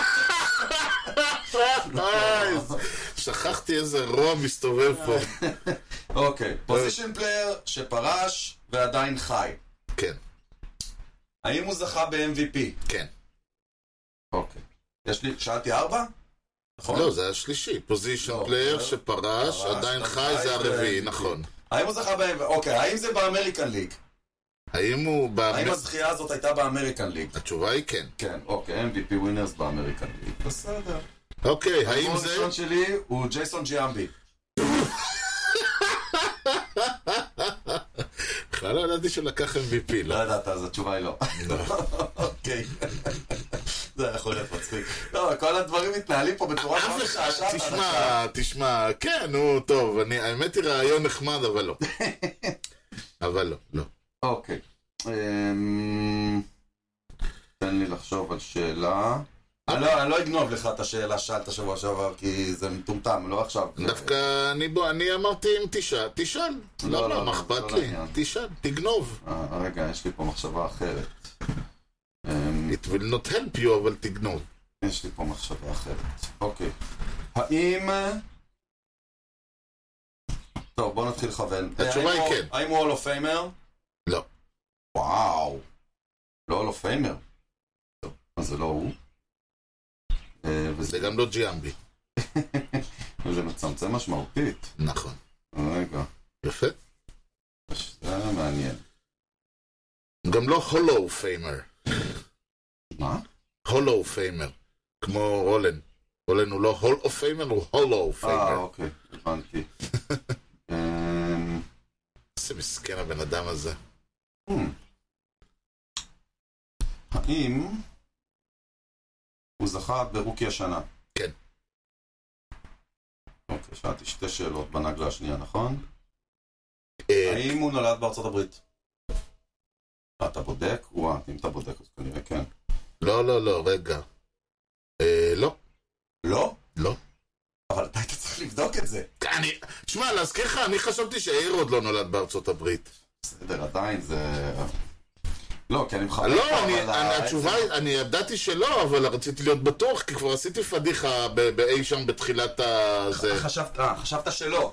Speaker 4: איי, שכחתי איזה רוע מסתובב פה.
Speaker 5: אוקיי, פוזיישן פלייר שפרש ועדיין חי.
Speaker 4: כן,
Speaker 5: האם הוא זכה ב-אם וי פי?
Speaker 4: כן.
Speaker 5: אוקיי. יש לי, שאלתי ארבע? נכון?
Speaker 4: לא, זה השלישי. פוזיישן
Speaker 5: לא,
Speaker 4: פלייר
Speaker 5: לא.
Speaker 4: שפרש,
Speaker 5: פרש,
Speaker 4: עדיין
Speaker 5: חי
Speaker 4: חי, זה הרביעי,
Speaker 5: ו-
Speaker 4: נכון.
Speaker 5: האם הוא זכה ב... אוקיי, האם זה באמריקן ליג?
Speaker 4: האם הוא... באמר-
Speaker 5: האם הזכייה הזאת הייתה באמריקן ליג?
Speaker 4: התשובה היא כן.
Speaker 5: כן, אוקיי, אם וי פי ווינרס באמריקן ליג. בסדר.
Speaker 4: אוקיי, האם
Speaker 5: האם
Speaker 4: זה...
Speaker 5: הראשון שלי הוא ג'ייסון ג'יאמבי.
Speaker 4: בכלל לא ידעתי שלקח אם וי פי,
Speaker 5: לא
Speaker 4: לא.
Speaker 5: ידעת, אז התשובה היא לא. אוקיי. זה יכול להיות מצחיק. לא, כל הדברים מתנהלים פה בצורה
Speaker 4: אף
Speaker 5: מאוד
Speaker 4: אחד,
Speaker 5: משעשעת.
Speaker 4: תשמע, תשמע, כן, נו, טוב, אני- האמת היא רעיון נחמד, אבל לא. אבל לא, לא.
Speaker 5: אוקיי. אמ, תן לי לחשוב על שאלה. אני לא- אני לא אגנוב לך את השאלה ששאלת שבוע שעבר, כי זה מטומטם, לא עכשיו.
Speaker 4: דווקא אני בוא, אני אמרתי אם תשאל, תשאל.
Speaker 5: לא,
Speaker 4: לא,
Speaker 5: לא,
Speaker 4: לא, מה
Speaker 5: לא,
Speaker 4: אכפת
Speaker 5: זה לא
Speaker 4: לי?
Speaker 5: לעניין.
Speaker 4: תשאל, תגנוב.
Speaker 5: אה, רגע, יש לי פה מחשבה אחרת. אמ,
Speaker 4: It will not help you, אבל תגנוב.
Speaker 5: יש לי פה מחשבה אחרת. אוקיי. האם... טוב, בוא נתחיל לכוון.
Speaker 4: התשובה
Speaker 5: האם
Speaker 4: היא
Speaker 5: הוא-
Speaker 4: כן.
Speaker 5: האם הוא הול אוף פיימר?
Speaker 4: לא.
Speaker 5: וואו. לא הול אוף פיימר. טוב, אז זה לא הוא. אה, וזה
Speaker 4: זה גם לא ג'יאמבי.
Speaker 5: זה מצמצם משמעותית.
Speaker 4: נכון.
Speaker 5: רגע,
Speaker 4: יפה.
Speaker 5: זה מעניין.
Speaker 4: גם לא הולו פיימר.
Speaker 5: מה?
Speaker 4: הולו פיימר. כמו רולן. רולן הוא לא הולו פיימר, הוא הולו
Speaker 5: אה,
Speaker 4: פיימר.
Speaker 5: אוקיי, הבנתי. אמ,
Speaker 4: איזה מסכן הבן אדם הזה.
Speaker 5: hmm. האם הוא זכה ברוקי השנה?
Speaker 4: כן.
Speaker 5: אוקיי, שאלתי שתי שאלות בנגלה השנייה, נכון?
Speaker 4: אה,
Speaker 5: האם הוא נולד בארצות הברית? אה, אתה בודק? וואה, אם אתה בודק, אז כנראה כן.
Speaker 4: לא, לא, לא, רגע. אה, לא,
Speaker 5: לא?
Speaker 4: לא.
Speaker 5: אבל אתה היית צריך לבדוק את זה.
Speaker 4: אני, תשמע, להזכיר לך, אני חשבתי שאיירוד לא נולד בארצות הברית.
Speaker 5: בסדר, עדיין זה... לא, כי אני מחבר...
Speaker 4: לא, אני,
Speaker 5: אבל
Speaker 4: אני,
Speaker 5: ה-
Speaker 4: התשובה, אני ידעתי שלא, אבל רציתי להיות בטוח, כי כבר עשיתי פדיחה ב- באי שם בתחילת הזה.
Speaker 5: חשבת, אה, חשבת שלא.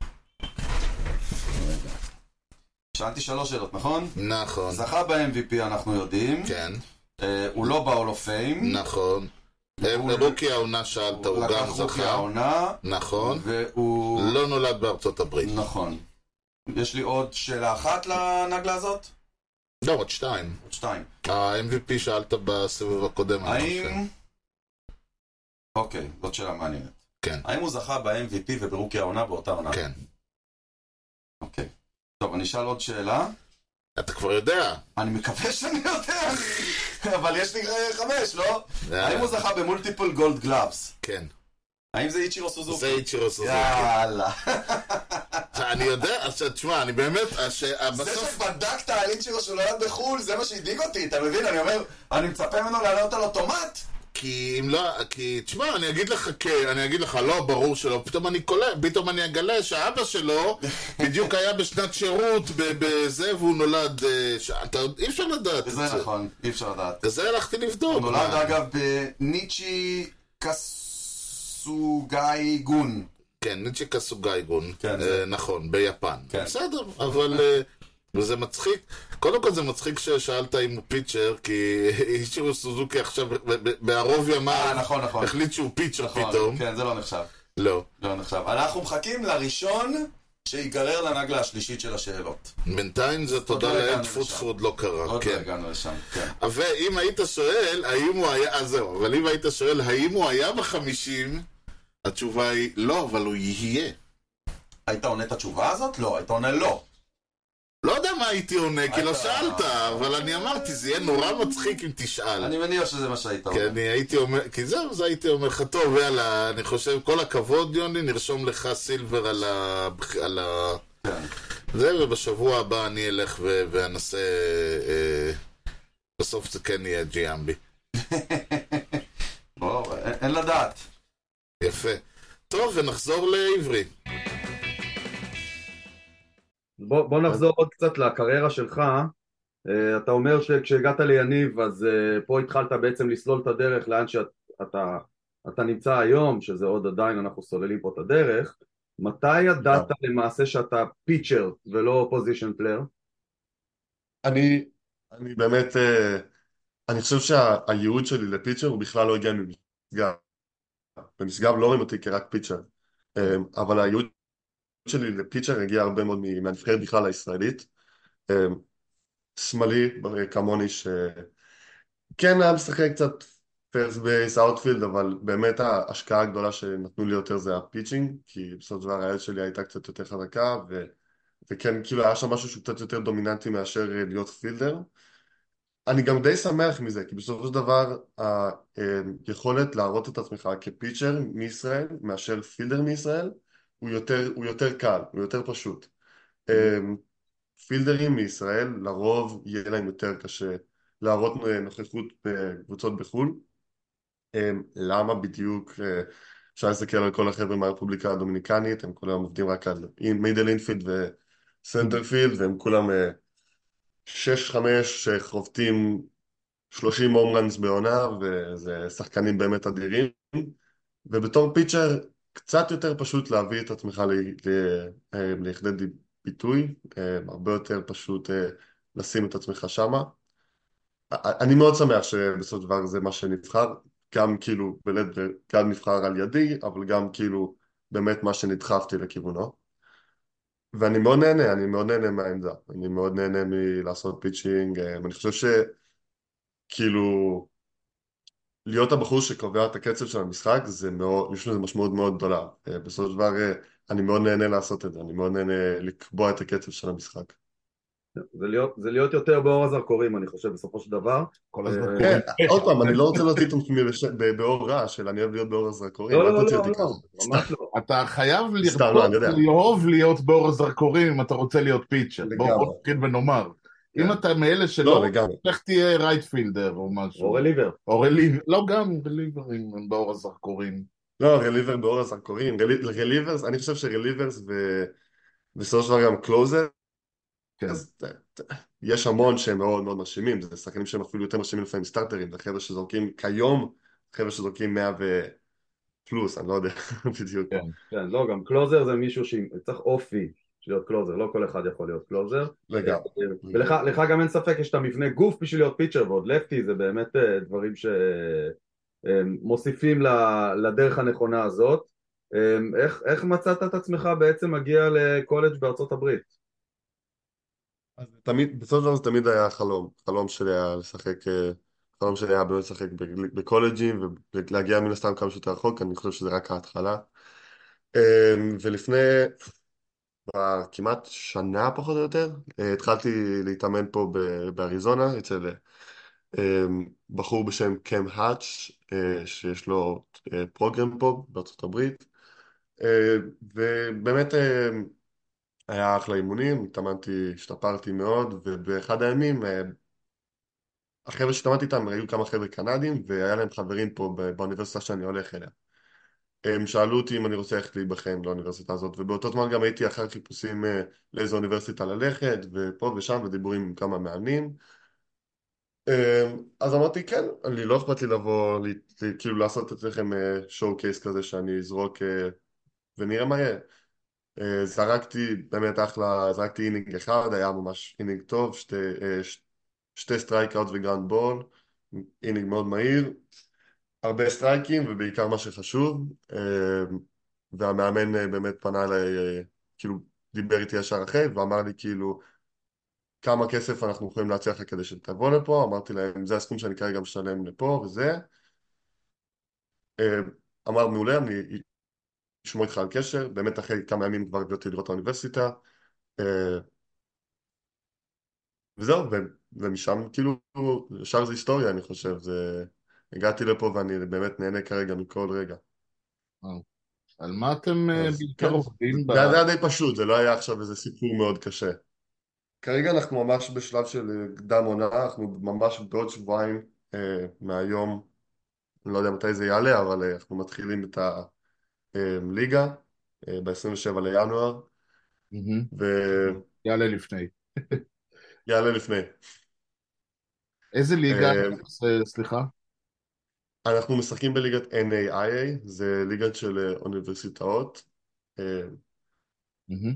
Speaker 5: שאלתי שלוש שאלות, נכון?
Speaker 4: נכון,
Speaker 5: זכה ב-אם וי פי אנחנו יודעים.
Speaker 4: כן,
Speaker 5: אה, הוא לא ב-Hall of Fame.
Speaker 4: נכון.
Speaker 5: הוא-
Speaker 4: רוקי העונה שאלת, הוא
Speaker 5: לקח
Speaker 4: גם
Speaker 5: רוקי
Speaker 4: זכה.
Speaker 5: העונה.
Speaker 4: נכון.
Speaker 5: והוא...
Speaker 4: לא נולד בארצות הברית.
Speaker 5: נכון. יש לי עוד שאלה אחת לנגלה הזאת?
Speaker 4: לא, עוד שתיים.
Speaker 5: עוד שתיים.
Speaker 4: ה-אם וי פי שאלת בסבב הקודם. אני חושב.
Speaker 5: האם... אוקיי, זאת שאלה מעניינת.
Speaker 4: כן,
Speaker 5: האם הוא זכה ב-אם וי פי וברוקי העונה באותה עונה?
Speaker 4: כן.
Speaker 5: אוקיי. טוב, אני אשאל עוד שאלה.
Speaker 4: אתה כבר יודע.
Speaker 5: אני מקווה שאני יודע, אבל יש לי חמש, לא?
Speaker 4: אה.
Speaker 5: האם הוא זכה במולטיפל גולד גלאבס?
Speaker 4: כן.
Speaker 5: האם זה איצ'ירו סוזוקי?
Speaker 4: זה איצ'ירו סוזוקי.
Speaker 5: יאללה.
Speaker 4: אני יודע, אז תשמע, אני באמת,
Speaker 5: זה
Speaker 4: בסוף...
Speaker 5: שבדקת על איצ'ירו שהוא נולד בחו"ל, זה מה שהדאיג אותי, אתה מבין? אני אומר, אני מצפה ממנו לעלות על אוטומט.
Speaker 4: כי אם לא, כי, תשמע, אני אגיד לך, כן, אני אגיד לך, לא, ברור שלא, פתאום אני קולט, פתאום אני אגלה שהאבא שלו בדיוק היה בשנת שירות בזה, והוא נולד, אה, ש... אתה, אי אפשר לדעת את
Speaker 5: זה
Speaker 4: זה.
Speaker 5: נכון, אי אפשר לדעת.
Speaker 4: וזה הלכתי לבדוק.
Speaker 5: הוא נולד
Speaker 4: מה?
Speaker 5: אגב בניצ'י קסוגאי גון.
Speaker 4: כן, ניצ'י קסוגייגון,
Speaker 5: כן,
Speaker 4: אה,
Speaker 5: זה-
Speaker 4: נכון, ביפן.
Speaker 5: כן.
Speaker 4: בסדר, אבל... אה, וזה מצחיק, קודם כל זה מצחיק ששאלת אם הוא פיצ'ר, כי אישירו סוזוקי עכשיו ב- ב- בערוב
Speaker 5: אה,
Speaker 4: ימיו
Speaker 5: נכון, נכון.
Speaker 4: החליט שהוא פיצ'ר
Speaker 5: נכון,
Speaker 4: פתאום.
Speaker 5: כן, זה לא נחשב.
Speaker 4: לא.
Speaker 5: לא נחשב. אנחנו מחכים לראשון שיגרר לנגלה השלישית של השאלות.
Speaker 4: בינתיים זה
Speaker 5: עוד
Speaker 4: תודה
Speaker 5: לא
Speaker 4: לאל,
Speaker 5: הגענו
Speaker 4: טפו
Speaker 5: לשם.
Speaker 4: טפו עוד לא קרה.
Speaker 5: עוד לא
Speaker 4: כן.
Speaker 5: הגענו לשם, כן.
Speaker 4: ואם היית שואל, האם הוא היה, אז זהו, אבל אם היית שואל, האם הוא היה בחמישים, התשובה היא לא, אבל הוא יהיה.
Speaker 5: היית עונה את התשובה הזאת? לא, היית עונה לא.
Speaker 4: לא יודע מה הייתי עונה, כי לא
Speaker 5: היית-
Speaker 4: שאלת, אבל אני אמרתי, זה יהיה נורא מצחיק אם תשאל.
Speaker 5: אני מניח שזה מה שהיית
Speaker 4: כי
Speaker 5: עונה.
Speaker 4: אני הייתי אומר, כי זהו, זה הייתי אומר לך, טוב, יאללה, אני חושב, כל הכבוד, יוני, נרשום לך סילבר על ה... על ה...
Speaker 5: כן.
Speaker 4: זה, ובשבוע הבא אני אלך ו- ואנסה... אה, בסוף זה כן יהיה ג'יאמבי.
Speaker 5: בוא, אין- אין לדעת.
Speaker 4: יפה. טוב, ונחזור לעברי.
Speaker 6: בוא, בוא נחזור עוד קצת לקריירה שלך. אה, אתה אומר שכשהגעת ליניב, אז אה, פה התחלת בעצם לסלול את הדרך לאן שאתה אתה נמצא היום, שזה עוד עדיין אנחנו סוללים פה את הדרך. מתי ידעת למעשה שאתה פיצ'ר ולא פוזיישן פלייר?
Speaker 1: אני, אני באמת, אה, אני חושב שהייעוד שלי לפיצ'ר הוא בכלל לא הגיע ממשגב. במשגב לא רואים אותי כרק פיצ'ר, אה, אבל הייעוד שלי לפיצ'ר הגיע הרבה מאוד מהנבחרת בכלל הישראלית. אה, שמאלי כמוני שכן היה משחק קצת פרס בייס, אאוטפילד, אבל באמת ההשקעה הגדולה שנתנו לי יותר זה הפיצ'ינג, כי בסופו של דבר היד שלי הייתה קצת יותר חזקה, ו... וכן, כאילו היה שם משהו שהוא קצת יותר דומיננטי מאשר אה, להיות פילדר. אני גם די שמח מזה, כי בסופו של דבר היכולת להראות את עצמך כפיצ'ר מישראל, מאשר פילדר מישראל, הוא יותר, הוא יותר קל, הוא יותר פשוט. אמ, פילדרים מישראל, לרוב יהיה להם יותר קשה להראות נוכחות בקבוצות בחו"ל. אמ, למה בדיוק? אה, אפשר להסתכל על כל החבר'ה מהרפובליקה הדומיניקנית, הם כולם עובדים רק על מידל אינפילד וסנטרפילד, והם כולם אה, שש חמש שחובטים שלושים הום ראנס בעונה, וזה שחקנים באמת אדירים. ובתור פיצ'ר קצת יותר פשוט להביא את עצמך ל- ל- אה, לכדי ביטוי, אה, הרבה יותר פשוט אה, לשים את עצמך שמה. אני מאוד שמח שבסופו של דבר זה מה שנבחר, גם כאילו בלית ברירה, גם נבחר על ידי, אבל גם כאילו באמת מה שנדחפתי לכיוונו. ואני מאוד נהנה, אני מאוד נהנה מהעמדה. אני מאוד נהנה מלעשות פיצ'ינג. אה, ואני חושב שכאילו, להיות הבחור שקובע את הקצב של המשחק, זה מאוד, יש לזה משמעות מאוד גדולה. אה, בסופו של דבר, אה, אני מאוד נהנה לעשות את זה. אני מאוד נהנה לקבוע את הקצב של המשחק.
Speaker 6: זה להיות, זה להיות יותר באור הזרקורים, אני חושב, בסופו של דבר.
Speaker 2: כל
Speaker 6: אה,
Speaker 2: הזרקורים.
Speaker 1: כן, עוד פעם, אני לא רוצה להוציא את עצמי בש- ב- באור רע, של אני אוהב להיות באור הזרקורים,
Speaker 6: לא,
Speaker 1: אל
Speaker 6: לא,
Speaker 1: תוציא
Speaker 6: לא,
Speaker 1: אותי ככה.
Speaker 6: לא,
Speaker 1: סתם,
Speaker 6: ממש לא.
Speaker 2: אתה חייב
Speaker 1: סתם, לא,
Speaker 2: לרצות,
Speaker 1: אני יודע.
Speaker 2: לאהוב להיות באור הזרקורים אם אתה רוצה להיות פיצ'ר. בוא בוא
Speaker 1: לגמרי.
Speaker 2: נתחיל ונאמר. אם
Speaker 6: כן.
Speaker 2: אתה מאלה
Speaker 1: לא,
Speaker 2: שלא,
Speaker 1: לגמרי.
Speaker 2: לך תהיה רייטפילדר או
Speaker 6: או
Speaker 2: משהו.
Speaker 6: רליבר.
Speaker 2: או רליבר, לא גם רליברים הם באור הזרקורים.
Speaker 1: לא, רליבר באור הזרקורים. רלי- רליברס, אני חושב שרליברס ו- בסופו של דבר גם קלוזר,
Speaker 2: כן.
Speaker 1: אז ת- ת- יש המון שהם מאוד מאוד מרשימים. זה שחקנים שהם אפילו יותר מרשימים לפעמים סטארטרים. זה חבר'ה שזורקים כיום, חבר'ה שזורקים מאה ופלוס, אני לא יודע בדיוק.
Speaker 2: כן.
Speaker 6: כן, לא, גם קלוזר זה מישהו שצריך אופי של להיות קלוזר, לא כל אחד יכול להיות קלוזר.
Speaker 1: לגמרי.
Speaker 6: ולך
Speaker 1: לגמרי.
Speaker 6: לך גם אין ספק, יש את המבנה גוף בשביל להיות פיצ'ר, ועוד לפטי זה באמת אה, דברים שמוסיפים לדרך הנכונה הזאת. אה, איך, איך מצאת את עצמך בעצם מגיע לקולג' בארצות הברית?
Speaker 1: אז תמיד, בסופו של דבר זה תמיד היה חלום. חלום שלי היה לשחק, אה, חלום שלי היה באמת לשחק בגל- בקולג'ים ולהגיע מן הסתם כמה שיותר רחוק, אני חושב שזה רק ההתחלה. אה, ולפני אה, כמעט שנה פחות או יותר, אה, התחלתי להתאמן פה ב- באריזונה, אצל אה, בחור בשם קם האץ', אה, שיש לו אה, פרוגרם פה בארצות הברית. אה, ובאמת אה, היה אחלה אימונים, התאמנתי, השתפרתי מאוד, ובאחד הימים אה, החבר'ה שהתאמנתי איתם היו כמה חבר'ה קנדים, והיה להם חברים פה ב- באוניברסיטה שאני הולך אליה. הם שאלו אותי אם אני רוצה ללכת להיבחן לאוניברסיטה הזאת, ובאותו זמן גם הייתי אחר חיפושים אה, לאיזו אוניברסיטה ללכת, ופה ושם, ודיבורים עם כמה מאמנים. אה, אז אמרתי, כן, אני לא אכפת לי לבוא, לי, לי, כאילו לעשות אצלכם שואו קייס כזה שאני אזרוק אה, ונראה מה יהיה. אה, זרקתי, באמת אחלה, זרקתי אינינג אחד, היה ממש אינינג טוב, שתי, אה, ש- שתי סטרייקאוט וגרנד בול, אינינג מאוד מהיר, הרבה סטרייקים ובעיקר מה שחשוב, אה, והמאמן אה, באמת פנה אליי, אה, כאילו דיבר איתי ישר אחרי ואמר לי כאילו כמה כסף אנחנו יכולים להציע לך כדי שתבוא לפה, אמרתי להם זה הסכום שאני כרגע משלם לפה וזה, אה, אמר מעולה, אני אשמור איתך על קשר, באמת אחרי כמה ימים כבר הבאתי לראות את האוניברסיטה, אה, וזהו, ו- ומשם כאילו, ישר זה היסטוריה אני חושב, זה... הגעתי לפה ואני באמת נהנה כרגע מכל רגע.
Speaker 2: אה. על מה אתם אה,
Speaker 1: אז
Speaker 2: בעיקר
Speaker 1: כן,
Speaker 2: עובדים ב...
Speaker 1: זה היה די פשוט, זה לא היה עכשיו איזה סיפור מאוד קשה. כרגע אנחנו ממש בשלב של אה, קדם עונה, אנחנו ממש בעוד שבועיים אה, מהיום, אני לא יודע מתי זה יעלה, אבל אה, אנחנו מתחילים את הליגה אה, ב-עשרים ושבעה לינואר,
Speaker 2: מהמם.
Speaker 1: ויעלה
Speaker 2: יעלה לפני.
Speaker 1: לפני.
Speaker 2: איזה ליגה?
Speaker 1: אה,
Speaker 2: אה, סליחה?
Speaker 1: אנחנו משחקים בליגת אן איי איי איי, זה ליגה של אה, אוניברסיטאות. אה,
Speaker 2: מהמם.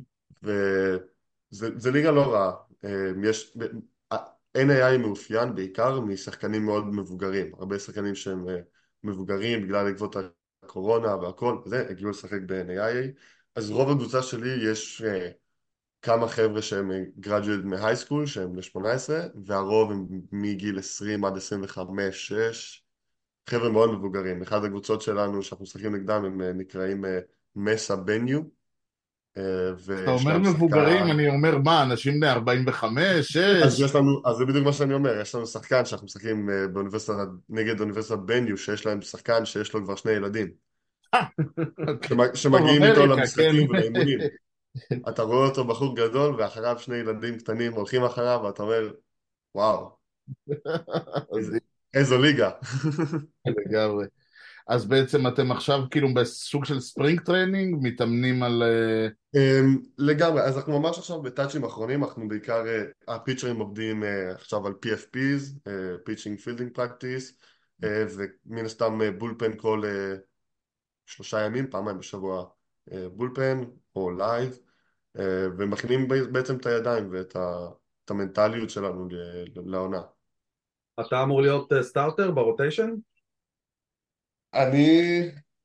Speaker 1: וזה ליגה לא רעה. אה, יש, אן איי איי מאופיין בעיקר משחקנים מאוד מבוגרים. הרבה שחקנים שהם אה, מבוגרים בגלל עקבות הקורונה והכל, וזה, הגיעו לשחק ב-אן איי איי איי. אז רוב הקבוצה שלי יש אה, כמה חבר'ה שהם גרדואט מהייסקול, שהם בני שמונה עשרה, והרוב הם מגיל עשרים עד עשרים וחמש שש. חבר'ה מאוד מבוגרים. אחת הקבוצות שלנו שאנחנו משחקים נגדם הם אה, נקראים אה, מסה בניו, אה,
Speaker 2: אתה
Speaker 1: ויש
Speaker 2: אומר
Speaker 1: להם
Speaker 2: מבוגרים,
Speaker 1: שחקן.
Speaker 2: אני אומר מה, אנשים בני ארבעים וחמש,
Speaker 1: אז
Speaker 2: שש?
Speaker 1: יש לנו, אז זה בדיוק מה שאני אומר, יש לנו שחקן שאנחנו משחקים אה, באוניברסיטה, נגד אוניברסיטת בניו, שיש להם שחקן שיש לו כבר שני ילדים,
Speaker 2: אוקיי.
Speaker 1: שמ-
Speaker 2: טוב,
Speaker 1: שמגיעים איתו
Speaker 2: אמריקה, כן.
Speaker 1: למשחקים ולאימונים. אתה רואה אותו בחור גדול, ואחריו שני ילדים קטנים הולכים אחריו, ואתה אומר, וואו, איזה,
Speaker 2: אז
Speaker 1: איזו ליגה.
Speaker 2: לגמרי. אז בעצם אתם עכשיו כאילו בסוג של ספרינג טריינינג, מתאמנים על... אה,
Speaker 1: אמ, לגמרי, אז אנחנו ממש עכשיו בטאצ'ים אחרונים, אנחנו בעיקר, אה, הפיצ'רים עובדים אה, עכשיו על פי אף פיז, פיצ'ינג פילדינג פרקטיס, ומן הסתם אה, בולפן כל אה, שלושה ימים, פעמיים בשבוע אה, בולפן או לייב, אה, ומכינים ב- בעצם את הידיים ואת ה, את המנטליות שלנו ל- לעונה.
Speaker 6: אתה אמור להיות אה, סטארטר ברוטיישן?
Speaker 1: אני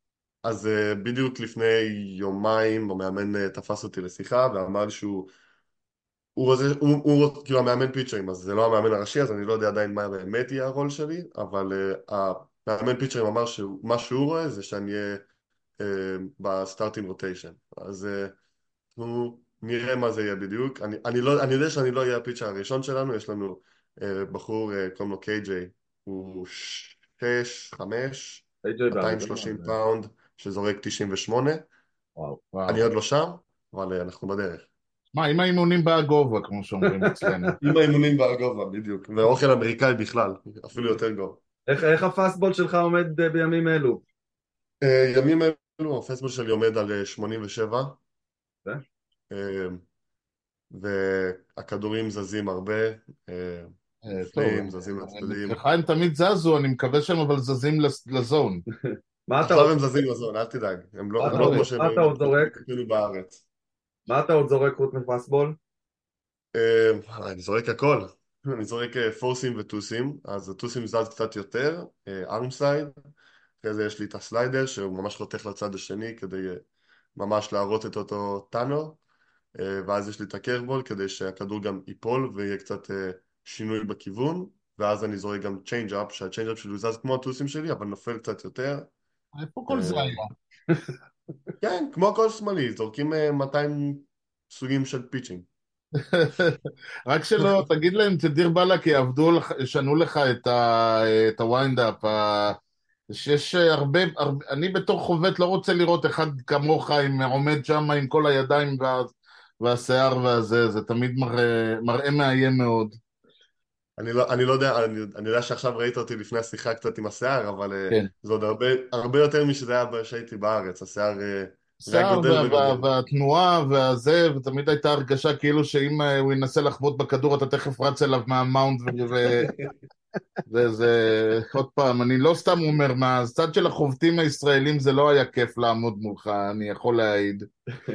Speaker 1: אז uh, בדיוק לפני יומיים המאמן uh, תפס אותי לשיחה ואמר לי שהוא הוא רוצה, הוא, הוא, הוא כאילו המאמן פיצ'רים, אז זה לא המאמן הראשי, אז אני לא יודע עדיין מה באמת יהיה הרול שלי, אבל uh, המאמן פיצ'רים אמר שמה שהוא רואה זה שאני אהיה uh, בסטארטינג רוטיישן, אז uh, אנחנו נראה מה זה יהיה בדיוק. אני, אני, לא, אני יודע שאני לא אהיה הפיצ'ר הראשון שלנו, יש לנו uh, בחור, uh, קוראים לו קיי ג'יי, הוא שש, חמש,
Speaker 6: איי-ג'יי
Speaker 1: מאתיים
Speaker 6: באריזונה,
Speaker 1: ושלושים
Speaker 6: זה-
Speaker 1: פאונד, שזורק תשעים ושמונה.
Speaker 2: וואו, וואו.
Speaker 1: אני עוד לא שם, אבל uh, אנחנו בדרך.
Speaker 2: מה, עם האימונים בגובה, כמו שאומרים אצלנו.
Speaker 1: עם האימונים והגובה, בדיוק. ואוכל אמריקאי בכלל, אפילו יותר גוב.
Speaker 6: איך איך הפאסטבול שלך עומד אה, בימים אלו?
Speaker 1: אה, ימים אלו, הפייסבול שלי עומד על אה, שמונים ושבע,
Speaker 6: כן.
Speaker 1: אה, והכדורים זזים הרבה, אה,
Speaker 2: אה, טוב,
Speaker 1: נופלים, זזים לצדדים.
Speaker 2: אצלך הם תמיד זזו, אני מקווה שהם אבל זזים לס- לזון.
Speaker 6: מה אתה
Speaker 1: עכשיו
Speaker 6: עוד
Speaker 1: הם זזים לזון, אל תדאג. הם לא
Speaker 6: מה
Speaker 1: הם
Speaker 6: אתה
Speaker 1: לא
Speaker 6: עוד-
Speaker 1: כמו שהם
Speaker 6: מה אתה עוד זורק?
Speaker 1: אפילו בארץ.
Speaker 6: מה אתה עוד זורק חוץ מפאסטבול?
Speaker 1: אה, אני זורק הכל. אני זורק אה, פורסים וטוסים, אז הטוסים זז קצת יותר, ארמסייד. אחרי זה יש לי את הסליידר שהוא ממש חותך לצד השני כדי אה, ממש להראות את אותו טאנו, אה, ואז יש לי את הקרבול כדי שהכדור גם ייפול ויהיה קצת אה, שינוי בכיוון, ואז אני זורק גם צ'יינג' אפ, שהצ'יינג' אפ שלי זז כמו הטוסים שלי אבל נופל קצת יותר.
Speaker 2: איפה כל זה
Speaker 1: אה,
Speaker 2: היה?
Speaker 1: כן, כמו כל שמאלי, זורקים אה, מאתיים סוגים של פיצ'ינג.
Speaker 2: רק שלא, תגיד להם, תדיר באללה, כי יעבדו, לך- ישנו לך את ה- את הוויינדאפ. ה- שיש הרבה, הרבה, אני בתור חובט לא רוצה לראות אחד כמוך עם עומד שם עם כל הידיים וה, והשיער והזה, זה תמיד מראה, מראה מאיים מאוד.
Speaker 1: אני לא, אני לא יודע, אני, אני יודע שעכשיו ראית אותי לפני השיחה קצת עם השיער, אבל אה,
Speaker 2: כן.
Speaker 1: זה עוד הרבה, הרבה יותר משזה היה כשהייתי בארץ, השיער אה, רק
Speaker 2: שיער
Speaker 1: גודל
Speaker 2: וה, וה,
Speaker 1: וגודל.
Speaker 2: והתנועה והזה, ותמיד הייתה הרגשה כאילו שאם אה, הוא ינסה לחבוט בכדור אתה תכף רץ אליו מהמאונט ו... ו- וזה, עוד פעם, אני לא סתם אומר, מהצד של החובטים הישראלים זה לא היה כיף לעמוד מולך, אני יכול להעיד.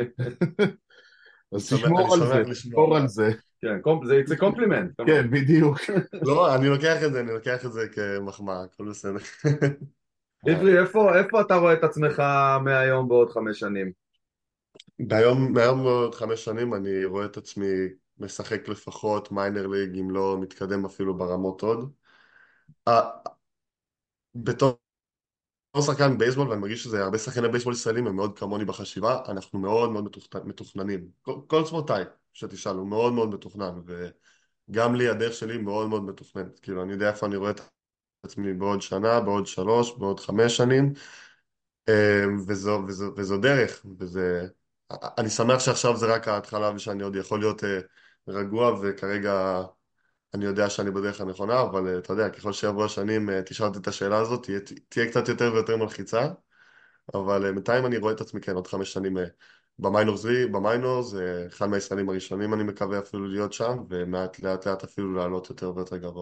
Speaker 1: אני
Speaker 2: אז
Speaker 1: שמח, אני
Speaker 2: תשמור על זה,
Speaker 1: שמח לשמוע.
Speaker 2: תשמור על זה.
Speaker 6: כן, קומפ- זה יצא קומפלימנט.
Speaker 2: כן, בדיוק.
Speaker 1: לא, אני לוקח את זה, אני לוקח את זה כמחמאה, הכל בסדר.
Speaker 6: עברי, איפה איפה אתה רואה את עצמך מהיום בעוד חמש שנים?
Speaker 1: מהיום, מהיום בעוד חמש שנים אני רואה את עצמי משחק לפחות מיינר ליג, אם לא מתקדם אפילו ברמות עוד. אה, בתור שחקן בייסבול, ואני מרגיש שזה הרבה שחקני בייסבול ישראלים, הם מאוד כמוני בחשיבה, אנחנו מאוד מאוד מתוכנ- מתוכננים. כל, כל ספורטאי שתשאל, הוא מאוד מאוד מתוכנן, וגם לי הדרך שלי מאוד מאוד מתוכננת. כאילו, אני יודע איפה אני רואה את עצמי בעוד שנה, בעוד שלוש, בעוד חמש שנים, אה, וזו, וזו, וזו דרך, וזה... אני שמח שעכשיו זה רק ההתחלה ושאני עוד יכול להיות אה, רגוע, וכרגע אני יודע שאני בדרך הנכונה, אבל אה, אתה יודע, ככל שיעברו השנים אה, תשאל אותי את השאלה הזאת, תהיה, תהיה קצת יותר ויותר מלחיצה, אבל אה, בינתיים אני רואה את עצמי, כן, עוד חמש שנים אה, במיינורס, במיינורס, אה, אחד מהישראלים הראשונים אני מקווה אפילו להיות שם, ומעט לאט לאט אפילו לעלות יותר ויותר גבוה.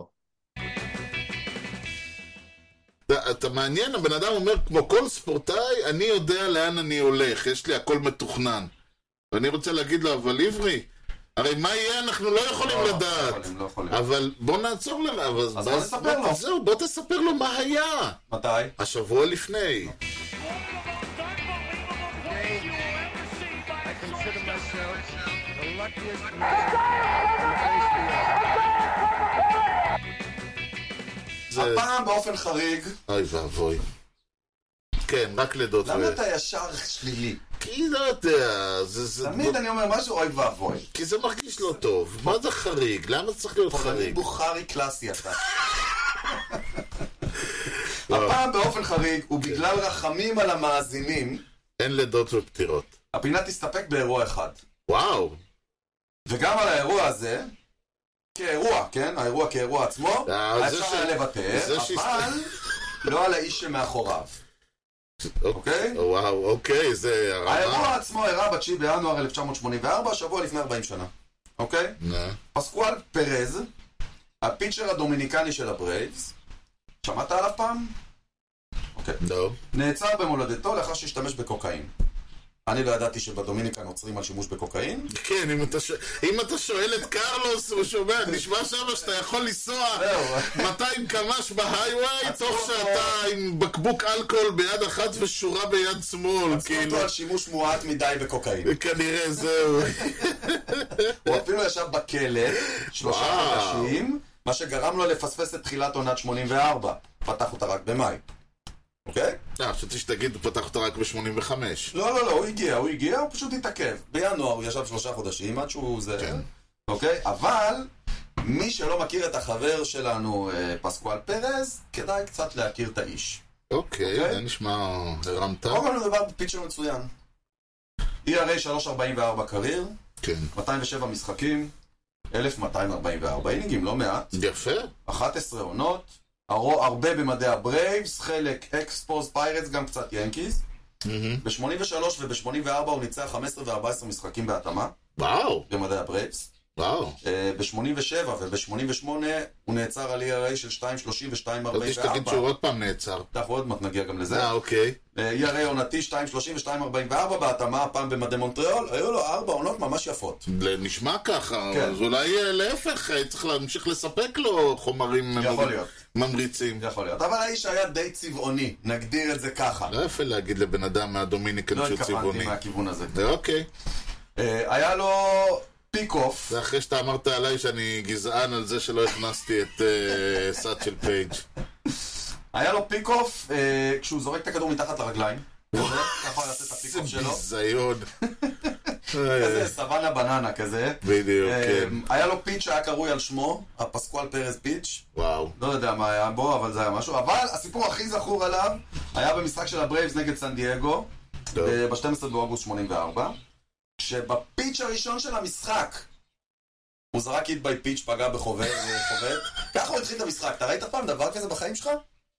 Speaker 4: אתה, אתה מעניין, הבן אדם אומר, כמו כל ספורטאי, אני יודע לאן אני הולך, יש לי הכל מתוכנן. ואני רוצה להגיד לו, אבל עברי, הרי מה יהיה אנחנו לא יכולים
Speaker 5: לא,
Speaker 4: לדעת.
Speaker 5: לא יכולים, לא יכולים.
Speaker 4: אבל בוא נעצור למה, אז
Speaker 5: אז בוא נספר לו.
Speaker 4: זהו, בוא תספר לו מה היה.
Speaker 5: מתי?
Speaker 4: השבוע לפני. זה...
Speaker 5: הפעם באופן חריג.
Speaker 4: אוי ואבוי. כן, רק לידות.
Speaker 5: למה
Speaker 4: ו...
Speaker 5: אתה ישר שלילי?
Speaker 4: כי לא יודע, זה... זה...
Speaker 5: תמיד אני אומר משהו אוי ואבוי.
Speaker 4: כי זה מרגיש לא טוב. מה זה חריג? למה זה צריך להיות
Speaker 5: פולני
Speaker 4: חריג?
Speaker 5: בוכרי קלאסי אתה.
Speaker 4: לא.
Speaker 5: הפעם באופן חריג, ובגלל רחמים על המאזינים,
Speaker 4: אין לידות ופטירות.
Speaker 5: הפינה תסתפק באירוע אחד.
Speaker 4: וואו.
Speaker 5: וגם על האירוע הזה, כאירוע, כן? האירוע כאירוע עצמו,
Speaker 4: אה, זה
Speaker 5: אפשר
Speaker 4: ש-
Speaker 5: היה לוותר,
Speaker 4: זה ש-
Speaker 5: אבל לא על האיש שמאחוריו. אוקיי?
Speaker 4: וואו, אוקיי, זה
Speaker 5: האירוע
Speaker 4: הרמה.
Speaker 5: עצמו אירע בתשיעי בינואר אלף תשע מאות שמונים וארבע, שבוע לפני ארבעים שנה. אוקיי?
Speaker 4: נה.
Speaker 5: פסקואל פרז, הפיצ'ר הדומיניקני של הברייבס, שמעת עליו פעם? אוקיי.
Speaker 4: לא.
Speaker 5: נעצר במולדתו לאחר שהשתמש בקוקאין. אני לא ידעתי שבדומיניקן עוצרים על שימוש בקוקאין.
Speaker 4: כן, אם אתה, ש... אם אתה שואל את קרלוס, הוא שומע, נשמע שם שאתה יכול לנסוע מאתיים קמ"ש בהיי-ווי, תוך שאתה עם בקבוק אלכוהול ביד אחת ושורה ביד שמאל.
Speaker 5: עצרו אותו על שימוש מועט מדי בקוקאין.
Speaker 4: כנראה זהו.
Speaker 5: הוא אפילו ישב בכלא שלושה חודשים, מה שגרם לו לפספס את תחילת עונת שמונים וארבע. פתח אותה רק במאי. אוקיי?
Speaker 4: אה, חשבתי שתגיד, הוא פתח אותה רק ב-שמונים וחמש.
Speaker 5: לא, לא, לא, הוא הגיע, הוא הגיע, הוא פשוט התעכב. בינואר הוא ישב שלושה חודשים, עד שהוא זה...
Speaker 4: כן.
Speaker 5: אוקיי? אבל, מי שלא מכיר את החבר שלנו, פסקואל פרז, כדאי קצת להכיר את האיש.
Speaker 4: אוקיי, זה נשמע הרמת.
Speaker 5: קודם כל מדובר בפיצ'ר מצוין. E R A שלוש ארבעים וארבע קריר,
Speaker 4: כן.
Speaker 5: מאתיים ושבע משחקים, אלף מאתיים ארבעים וארבע אינינגים, לא מעט.
Speaker 4: יפה.
Speaker 5: אחת עשרה עונות. הרבה במדעי הברייבס, חלק אקספוז פיירטס, גם קצת ינקיז. ב-שמונים ושלוש וב-שמונים וארבע הוא ניצח חמש עשרה ו-ארבע עשרה משחקים בהתאמה.
Speaker 4: וואו.
Speaker 5: במדעי הברייבס.
Speaker 4: וואו.
Speaker 5: ב-שמונים ושבע וב-שמונים ושמונה הוא נעצר על E R A של שתיים שלושים ו-שתיים ארבעים וארבע.
Speaker 4: תגיד שהוא עוד פעם נעצר.
Speaker 5: אנחנו עוד מעט נגיע גם לזה.
Speaker 4: אה, אוקיי.
Speaker 5: E R A עונתי שתיים שלושים ו-שתיים ארבעים וארבע בהתאמה, הפעם במדעי מונטריאול, היו לו ארבע עונות ממש יפות.
Speaker 4: נשמע ככה,
Speaker 5: כן.
Speaker 4: אז אולי להפך, צריך להמשיך לספק לו חומרים
Speaker 5: יכול להיות.
Speaker 4: ממריצים.
Speaker 5: יכול להיות, אבל האיש היה די צבעוני, נגדיר את זה ככה.
Speaker 4: לא יפה להגיד לבן אדם מהדומיניקן
Speaker 5: לא
Speaker 4: שהוא צבעוני.
Speaker 5: התכוונתי מהכיוון הזה.
Speaker 4: אוקיי.
Speaker 5: היה לו פיק אוף.
Speaker 4: זה אחרי שאתה אמרת עליי שאני גזען על זה שלא הכנסתי את סאט של פייג'.
Speaker 5: היה לו פיק אוף כשהוא זורק את הכדור מתחת לרגליים. ככה הוא יעשה את הפיק אוף שלו.
Speaker 4: ביזיון.
Speaker 5: כזה סוואנה בננה כזה.
Speaker 4: בדיוק, כן.
Speaker 5: היה לו פיץ' שהיה קרוי על שמו, הפסקואל פרז פיץ'.
Speaker 4: וואו.
Speaker 5: לא יודע מה היה בו, אבל זה היה משהו. אבל הסיפור הכי זכור עליו היה במשחק של הברייבס נגד סן דייגו, ב-שנים עשר באוגוסט שמונים וארבע, שבפיץ' הראשון של המשחק הוא זרק היט ביי פיץ', פגע בחובט. ככה הוא התחיל את המשחק. אתה ראית פעם דבר כזה בחיים שלך?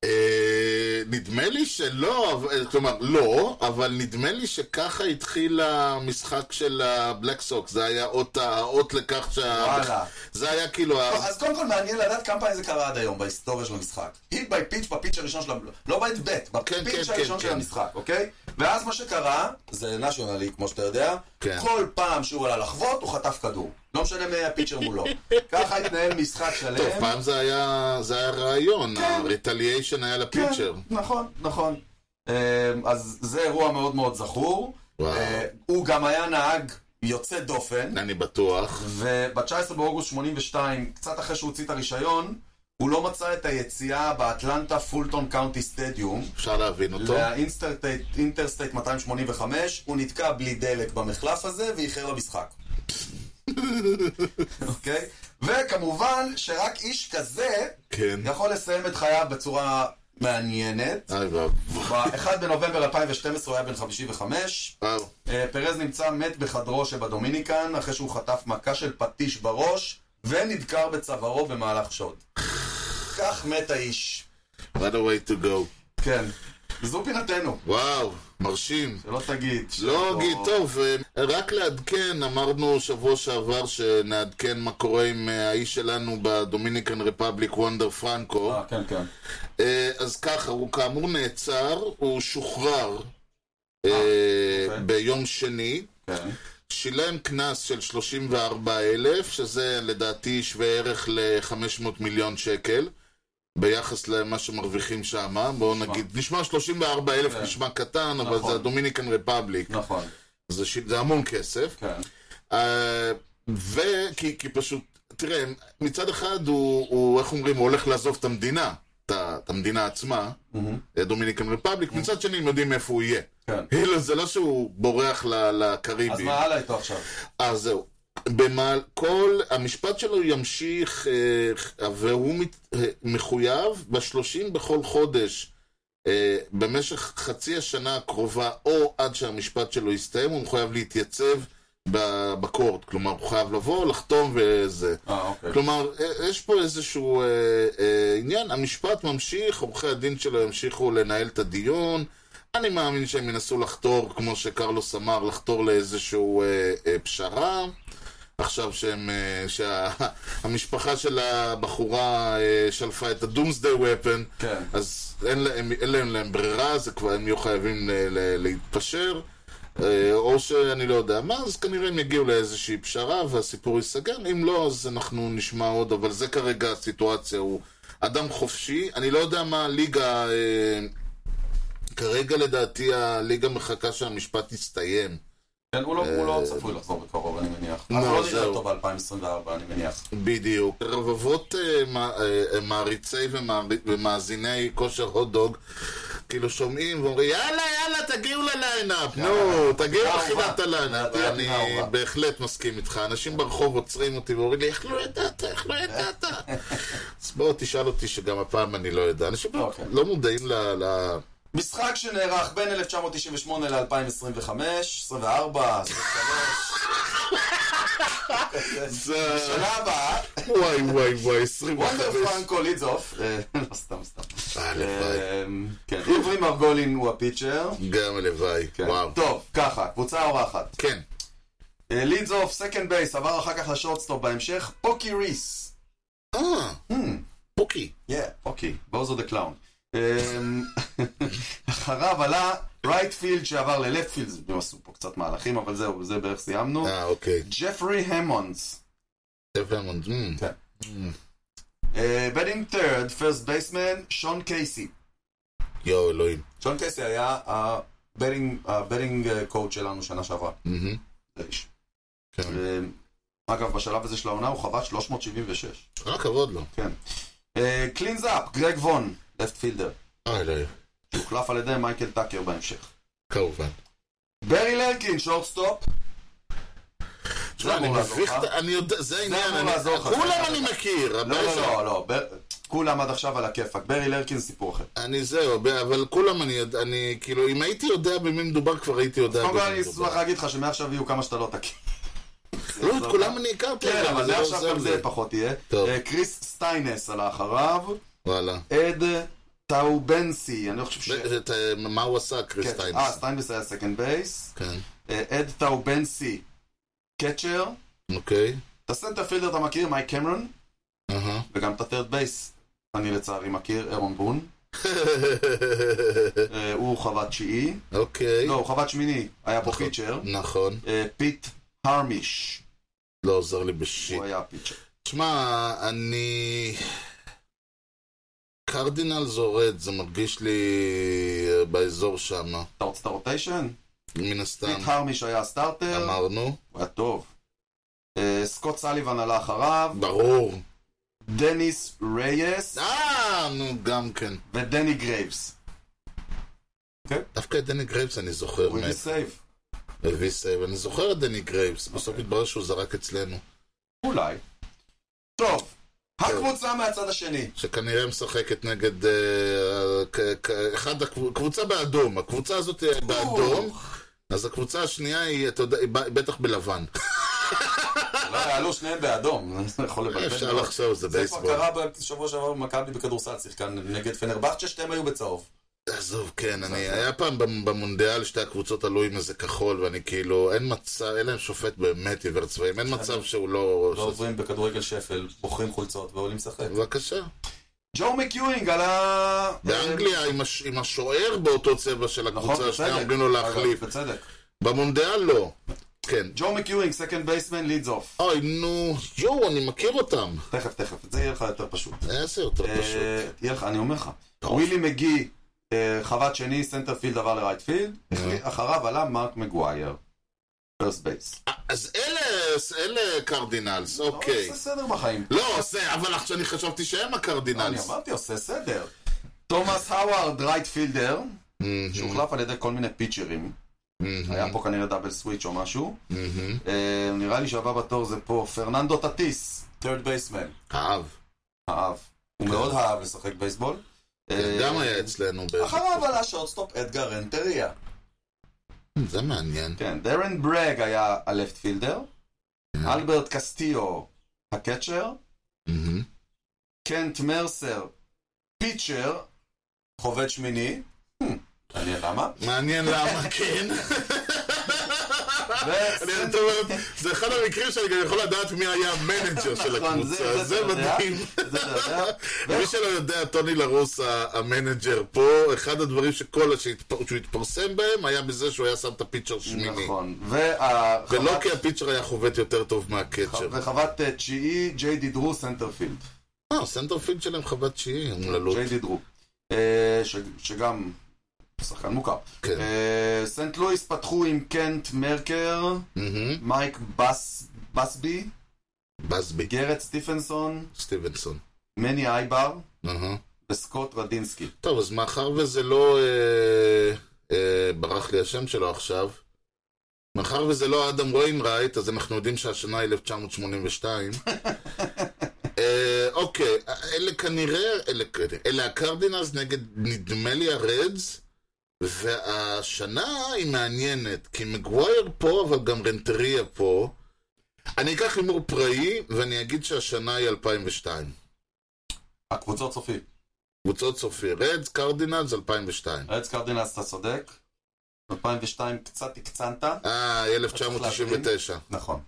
Speaker 4: נדמה לי שלא, כלומר לא, אבל נדמה לי שככה התחיל המשחק של הבלק סוקס, זה היה האות לכך שה... זה היה כאילו...
Speaker 5: אז קודם כל מעניין לדעת כמה פעמים זה קרה עד היום בהיסטוריה של המשחק. היט ביי פיץ' בפיץ' הראשון של... לא בית בית, בפיץ' הראשון של המשחק, אוקיי? ואז מה שקרה, זה נשיונלי כמו שאתה יודע, כל פעם שהוא עלה לחוות הוא חטף כדור. לא משנה מי הפיצ'ר מולו. ככה התנהל משחק שלם.
Speaker 4: טוב, פעם זה היה, זה היה רעיון, הרטליישן היה לפיצ'ר.
Speaker 5: כן, נכון, נכון. אז זה אירוע מאוד מאוד זכור. הוא גם היה נהג יוצא דופן.
Speaker 4: אני בטוח.
Speaker 5: וב-תשעה עשר באוגוסט שמונים ושתיים, קצת אחרי שהוא הוציא את הרישיון, הוא לא מצא את היציאה באטלנטה פולטון קאונטי סטדיום.
Speaker 4: אפשר להבין אותו.
Speaker 5: לאינטרסטייט מאתיים שמונים וחמש, הוא נתקע בלי דלק במחלף הזה ואיחר למשחק. אוקיי? וכמובן שרק איש כזה יכול לסיים את חייו בצורה מעניינת. ב-אחד בנובמבר אלפיים ושתים עשרה הוא היה בן חמישים וחמש. פרז נמצא מת בחדרו שבדומיניקן אחרי שהוא חטף מכה של פטיש בראש ונדקר בצווארו במהלך שוד. כך מת האיש.
Speaker 4: What a way to go.
Speaker 5: כן. זו פינתנו.
Speaker 4: וואו, מרשים.
Speaker 5: שלא תגיד.
Speaker 4: לא אגיד, טוב, רק לעדכן, אמרנו שבוע שעבר שנעדכן מה קורה עם האיש שלנו בדומיניקן רפבליק, וונדר פרנקו.
Speaker 5: אה, כן, כן.
Speaker 4: אז ככה, הוא כאמור נעצר, הוא שוחרר ביום שני. כן. שילם קנס של שלושים וארבעה אלף, שזה לדעתי שווה ערך ל-חמש מאות מיליון שקל. ביחס למה שמרוויחים שם, בואו נגיד, נשמע שלושים וארבעה אלף נשמע קטן, אבל זה הדומיניקן רפבליק.
Speaker 5: נכון.
Speaker 4: זה המון כסף.
Speaker 5: כן.
Speaker 4: וכי פשוט, תראה, מצד אחד הוא, איך אומרים, הוא הולך לעזוב את המדינה, את המדינה עצמה, דומיניקן רפבליק, מצד שני הם יודעים איפה הוא יהיה. כן. זה לא שהוא בורח לקריבי.
Speaker 5: אז מה הלאה איתו עכשיו?
Speaker 4: אז זהו. במעל, כל המשפט שלו ימשיך, והוא מחויב בשלושים בכל חודש, במשך חצי השנה הקרובה, או עד שהמשפט שלו יסתיים, הוא מחויב להתייצב בקורט. כלומר, הוא חייב לבוא, לחתום וזה.
Speaker 5: אה, אוקיי.
Speaker 4: כלומר, יש פה איזשהו עניין, המשפט ממשיך, עורכי הדין שלו ימשיכו לנהל את הדיון. אני מאמין שהם ינסו לחתור, כמו שקרלוס אמר, לחתור לאיזשהו פשרה. עכשיו שהם, שהמשפחה של הבחורה שלפה את הדומסדיי ופן,
Speaker 5: כן.
Speaker 4: אז אין להם, אין להם, להם ברירה, זה כבר הם יהיו חייבים להתפשר. או שאני לא יודע מה, אז כנראה הם יגיעו לאיזושהי פשרה והסיפור ייסגר, אם לא אז אנחנו נשמע עוד, אבל זה כרגע הסיטואציה, הוא אדם חופשי, אני לא יודע מה הליגה, כרגע לדעתי הליגה מחכה שהמשפט יסתיים.
Speaker 5: כן, הוא לא צפוי לחזור בקרוב, אני מניח. אבל לא נראה אותו ב-אלפיים עשרים וארבע, אני מניח.
Speaker 4: בדיוק. רבבות מעריצי ומאזיני כושר הוט-דוג כאילו שומעים ואומרים יאללה יאללה תגיעו לליינאפ, נו תגיעו לחילת הליינאפ. אני בהחלט מסכים איתך, אנשים ברחוב עוצרים אותי ואומרים לי איך לא ידעת, איך לא ידעת. אז בואו תשאל אותי שגם הפעם אני לא יודע, אנשים לא מודעים ל...
Speaker 5: משחק שנערך בין אלף תשע מאות תשעים ושמונה ל-אלפיים עשרים וחמש, עשרים וארבע, עשרים ושלוש שנה הבאה
Speaker 4: וואי וואי וואי עשרים וחמש
Speaker 5: וונדר פרנקו לידזוף לא סתם סתם כן, עברי מרגולין הוא הפיצ'ר
Speaker 4: גם הלוואי, וואו
Speaker 5: טוב, ככה, קבוצה אורחת
Speaker 4: כן
Speaker 5: לידזוף, סקנד בייס, עבר אחר כך לשורטסטופ בהמשך פוקי ריס
Speaker 4: אה, פוקי
Speaker 5: yeah, פוקי, בוזו דה קלאון אחריו עלה רייט פילד שעבר ללפט פילד, הם עשו פה קצת מהלכים אבל זהו, זה בערך סיימנו.
Speaker 4: אה, אוקיי.
Speaker 5: ג'פרי המונדס.
Speaker 4: ג'פרי המונדס,
Speaker 5: כן. בטינג טרד, פרסט בייסמן, שון קייסי.
Speaker 4: יואו, אלוהים.
Speaker 5: שון קייסי היה הבטינג קואוץ' שלנו שנה שעברה. זה איש. אגב, בשלב הזה של העונה הוא חבט שלוש מאות שבעים ושש.
Speaker 4: אה, כבוד לו.
Speaker 5: כן. קלינס אפ, גרג וון. לפט פילדר.
Speaker 4: אה, אלוהים.
Speaker 5: שהוחלף על ידי מייקל טאקר בהמשך.
Speaker 4: כמובן.
Speaker 5: ברי לרקין, שורטסטופ.
Speaker 4: תשמע, אני מביך, אני יודע, זה העניין, כולם אני מכיר.
Speaker 5: לא, לא, לא, כולם עד עכשיו על הכיפק. ברי לרקין סיפור אחר.
Speaker 4: אני זהו, אבל כולם אני, כאילו, אם הייתי יודע במי מדובר, כבר הייתי יודע במי מדובר.
Speaker 5: אני אשמח להגיד לך שמעכשיו יהיו כמה שאתה לא תכיר.
Speaker 4: לא, את כולם אני הכרתי.
Speaker 5: כן, אבל מעכשיו גם זה פחות יהיה. קריס סטיינס עלה אחריו.
Speaker 4: וואלה.
Speaker 5: אד טאובנסי, אני לא חושב ש...
Speaker 4: מה הוא עשה, קריס סטיינס?
Speaker 5: אה, סטיינס היה סקנד בייס.
Speaker 4: כן.
Speaker 5: אד טאובנסי, קצ'ר.
Speaker 4: אוקיי.
Speaker 5: את הסנטר פילדר אתה מכיר, מייק קמרון. וגם את הטרד בייס, אני לצערי מכיר, אירון בון. הוא חוות תשיעי.
Speaker 4: אוקיי.
Speaker 5: לא, הוא חוות שמיני, היה פה פיצ'ר.
Speaker 4: נכון.
Speaker 5: פיט הרמיש.
Speaker 4: לא עוזר לי בשיט.
Speaker 5: הוא היה פיצ'ר.
Speaker 4: תשמע, אני... קרדינל זורד, זה מרגיש לי באזור שם.
Speaker 5: אתה רוצה את הרוטיישן?
Speaker 4: מן הסתם.
Speaker 5: פיט הרמיש היה סטארטר.
Speaker 4: אמרנו.
Speaker 5: הוא היה טוב. סקוט סליבן עלה אחריו.
Speaker 4: ברור.
Speaker 5: דניס רייס.
Speaker 4: אה, נו, גם כן.
Speaker 5: ודני גרייבס.
Speaker 4: דווקא את דני גרייבס אני זוכר.
Speaker 5: הוא הביא סייב.
Speaker 4: הוא הביא סייב. אני זוכר את דני גרייבס. בסוף התברר שהוא זרק אצלנו.
Speaker 5: אולי. טוב. הקבוצה מהצד השני.
Speaker 4: שכנראה משחקת נגד אחד הקבוצה באדום. הקבוצה הזאת באדום. אז הקבוצה השנייה היא בטח בלבן.
Speaker 5: לא, יעלו שניהם באדום.
Speaker 4: אפשר לחשוב, זה בייסבול.
Speaker 5: זה כבר קרה בשבוע שעבר במכבי בכדורסל, שיחקן נגד פנרבחצ'ה, שתיהם היו בצהוב.
Speaker 4: עזוב, כן, אני, היה פעם במונדיאל שתי הקבוצות עלו עם איזה כחול, ואני כאילו, אין מצב, אין להם שופט באמת עיוור צבעים, אין מצב שהוא לא...
Speaker 5: לא עוברים בכדורגל שפל, בוחרים חולצות ועולים שחק.
Speaker 4: בבקשה.
Speaker 5: ג'ו מקיואינג על ה...
Speaker 4: באנגליה, עם השוער באותו צבע של הקבוצה, השנייה אומרים לו להחליף.
Speaker 5: בצדק.
Speaker 4: במונדיאל לא. כן.
Speaker 5: ג'ו מקיואינג, סקנד בייסמן, לידס אוף.
Speaker 4: אוי, נו, ג'ו, אני מכיר אותם.
Speaker 5: תכף, תכף, זה יהיה לך יותר פשוט.
Speaker 4: זה יותר פשוט.
Speaker 5: יהיה לך, אני אומר לך. ווילי מגי, חוות שני, סנטר פילד עבר לרייט פילד, אחריו עלה מרק מגווייר, פרסט בייס.
Speaker 4: אז אלה קרדינלס, אוקיי.
Speaker 5: עושה סדר בחיים.
Speaker 4: לא, עושה, אבל עכשיו אני חשבתי שהם הקרדינלס.
Speaker 5: אני אמרתי, עושה סדר. תומאס האווארד, רייט פילדר, שהוחלף על ידי כל מיני פיצ'רים. היה פה כנראה דאבל סוויץ' או משהו. נראה לי שהבא בתור זה פה פרננדו טטיס, third baseman.
Speaker 4: אהב.
Speaker 5: אהב. הוא מאוד אהב לשחק בייסבול.
Speaker 4: גם היה אצלנו.
Speaker 5: אחריו עלה שורטסטופ אדגר רנטריה.
Speaker 4: זה מעניין.
Speaker 5: כן, דרן ברג היה הלפט פילדר. אלברט קסטיו הקצ'ר. קנט מרסר פיצ'ר. חובד שמיני. מעניין למה?
Speaker 4: מעניין למה, כן. אני רוצה אומרת, זה אחד המקרים שאני גם יכול לדעת מי היה המנג'ר של הקבוצה, זה מדהים. מי שלא יודע, טוני לרוס המנג'ר פה, אחד הדברים שהוא התפרסם בהם היה בזה שהוא היה שם את הפיצ'ר שמיני.
Speaker 5: נכון.
Speaker 4: ולא כי הפיצ'ר היה חובט יותר טוב מהקצ'ר.
Speaker 5: וחוות תשיעי, ג'יי די דרו סנטרפילד.
Speaker 4: אה, סנטרפילד שלהם חוות תשיעי, אומללות.
Speaker 5: ג'יי די דרו. שגם שחקן מוכר. סנט לואיס פתחו עם קנט מרקר, מייק בסבי,
Speaker 4: בסבי,
Speaker 5: גרד סטיפנסון,
Speaker 4: סטיבנסון,
Speaker 5: מני אייבר וסקוט רדינסקי.
Speaker 4: טוב, אז מאחר וזה לא ברח לי השם שלו עכשיו, מאחר וזה לא אדם וויינרייט, אז אנחנו יודעים שהשנה היא אלף תשע מאות שמונים ושתיים. אוקיי, אלה כנראה, אלה הקרדינלס נגד נדמה לי הרדס, והשנה היא מעניינת, כי מגווייר פה, אבל גם רנטריה פה. אני אקח הימור פראי, ואני אגיד שהשנה היא אלפיים ושתיים.
Speaker 5: הקבוצות סופי.
Speaker 4: קבוצות סופי. רדס, קרדינלס, אלפיים ושתיים.
Speaker 5: רדס, קרדינלס, אתה צודק. אלפיים ושתיים קצת הקצנת.
Speaker 4: אה, אלף תשע מאות תשעים ותשע.
Speaker 5: נכון.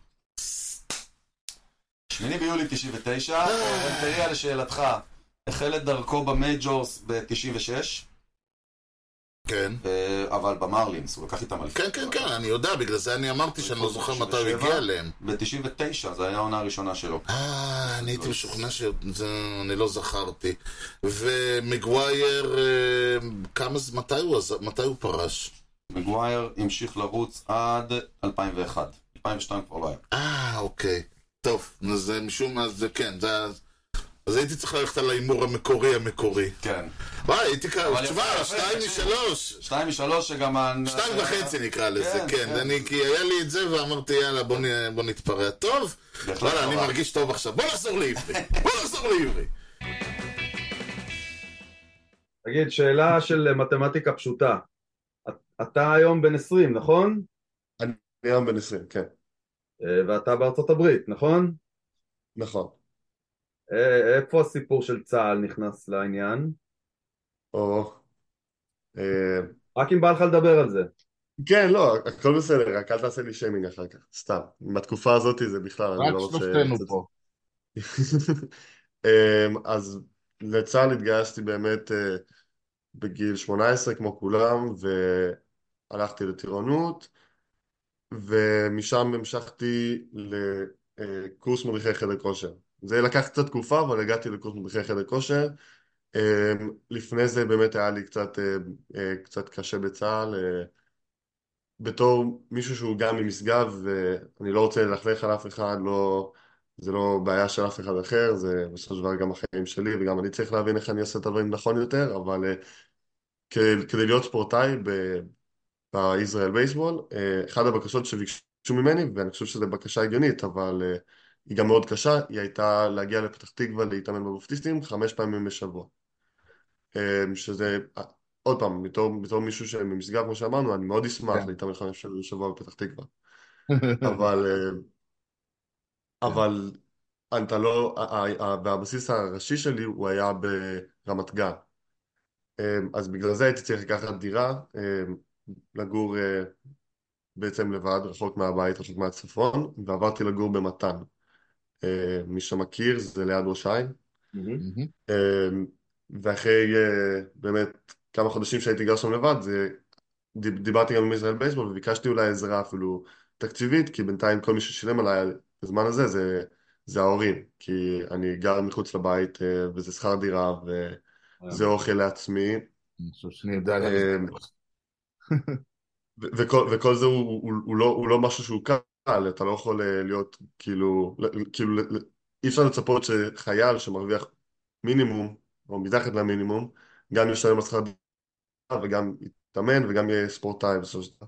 Speaker 5: שמיני ביולי תשעים ותשע, רנטריה לשאלתך, החל את דרכו במייג'ורס ב-תשעים ושש.
Speaker 4: כן.
Speaker 5: אבל במרלינס, הוא לקח איתם אליפות.
Speaker 4: כן, כן, כן, אני יודע, בגלל זה אני אמרתי שאני לא זוכר מתי הוא הגיע אליהם.
Speaker 5: ב-תשעים ותשע, זו הייתה העונה הראשונה שלו.
Speaker 4: אה, אני הייתי משוכנע שאני לא זכרתי. ומגווייר, כמה, מתי הוא פרש?
Speaker 5: מגווייר המשיך לרוץ עד אלפיים ואחת. אלפיים ושתיים כבר לא היה.
Speaker 4: אה, אוקיי. טוב, אז משום מה זה כן, זה... אז הייתי צריך ללכת על האימור המקורי המקורי.
Speaker 5: כן.
Speaker 4: וואי, הייתי כאן, תשמע, שתיים משלוש.
Speaker 5: שתיים משלוש שגם...
Speaker 4: שתיים וחצי נקרא לזה, כן. אני, כי היה לי את זה ואמרתי, יאללה, בוא נתפרע. טוב, וואלה, אני מרגיש טוב עכשיו. בוא נחזור לעברי. בוא נחזור לעברי.
Speaker 6: תגיד, שאלה של מתמטיקה פשוטה. אתה היום בן עשרים, נכון?
Speaker 1: אני היום בן עשרים, כן.
Speaker 6: ואתה בארצות הברית, נכון?
Speaker 1: נכון.
Speaker 6: איפה הסיפור של צה"ל נכנס לעניין?
Speaker 1: או...
Speaker 6: רק אם בא לך לדבר על זה.
Speaker 1: כן, לא, הכל בסדר, רק אל תעשה לי שיימינג אחר כך, סתם. בתקופה הזאת זה בכלל, אני לא רוצה...
Speaker 2: רק שלושתנו פה.
Speaker 1: אז לצה"ל התגייסתי באמת בגיל שמונה עשרה כמו כולם, והלכתי לטירונות, ומשם המשכתי לקורס מדריכי חדר כושר. זה לקח קצת תקופה, אבל הגעתי לקורס מדריכי חדר כושר. לפני זה באמת היה לי קצת, קצת קשה בצה"ל, בתור מישהו שהוא גם ממשגב, ואני לא רוצה ללכלך על אף אחד, לא, זה לא בעיה של אף אחד אחר, זה בסופו של דבר גם החיים שלי, וגם אני צריך להבין איך אני עושה את הדברים נכון יותר, אבל כדי להיות ספורטאי בישראל בייסבול, אחת הבקשות שביקשו ממני, ואני חושב שזו בקשה הגיונית, אבל היא גם מאוד קשה, היא הייתה להגיע לפתח תקווה להתאמן בבפטיסטים חמש פעמים בשבוע. שזה, עוד פעם, בתור, בתור מישהו שממשגב, כמו שאמרנו, אני מאוד אשמח להתאמן חמש פעמים בשבוע בפתח תקווה. אבל, אבל, אתה לא, והבסיס הראשי שלי הוא היה ברמת גן. אז בגלל זה הייתי צריך לקחת דירה, לגור בעצם לבד, רחוק מהבית, רחוק מהצפון, ועברתי לגור במתן. מי שמכיר, זה ליד ראש העין. ואחרי באמת כמה חודשים שהייתי גר שם לבד, זה, דיברתי גם עם ישראל בייסבול, וביקשתי אולי עזרה אפילו תקציבית, כי בינתיים כל מי ששילם עליי בזמן הזה, זה, זה ההורים. כי אני גר מחוץ לבית, וזה שכר דירה, וזה אוכל לעצמי.
Speaker 2: אני חושב שאני יודע.
Speaker 1: וכל, וכל זה הוא, הוא, הוא, לא, הוא לא משהו שהוא קל, אתה לא יכול להיות כאילו, כאילו אי אפשר לצפות שחייל שמרוויח מינימום, או מתחת למינימום, גם ישלם לשכר דירה וגם יתאמן וגם יהיה ספורטאי בסופו של דבר.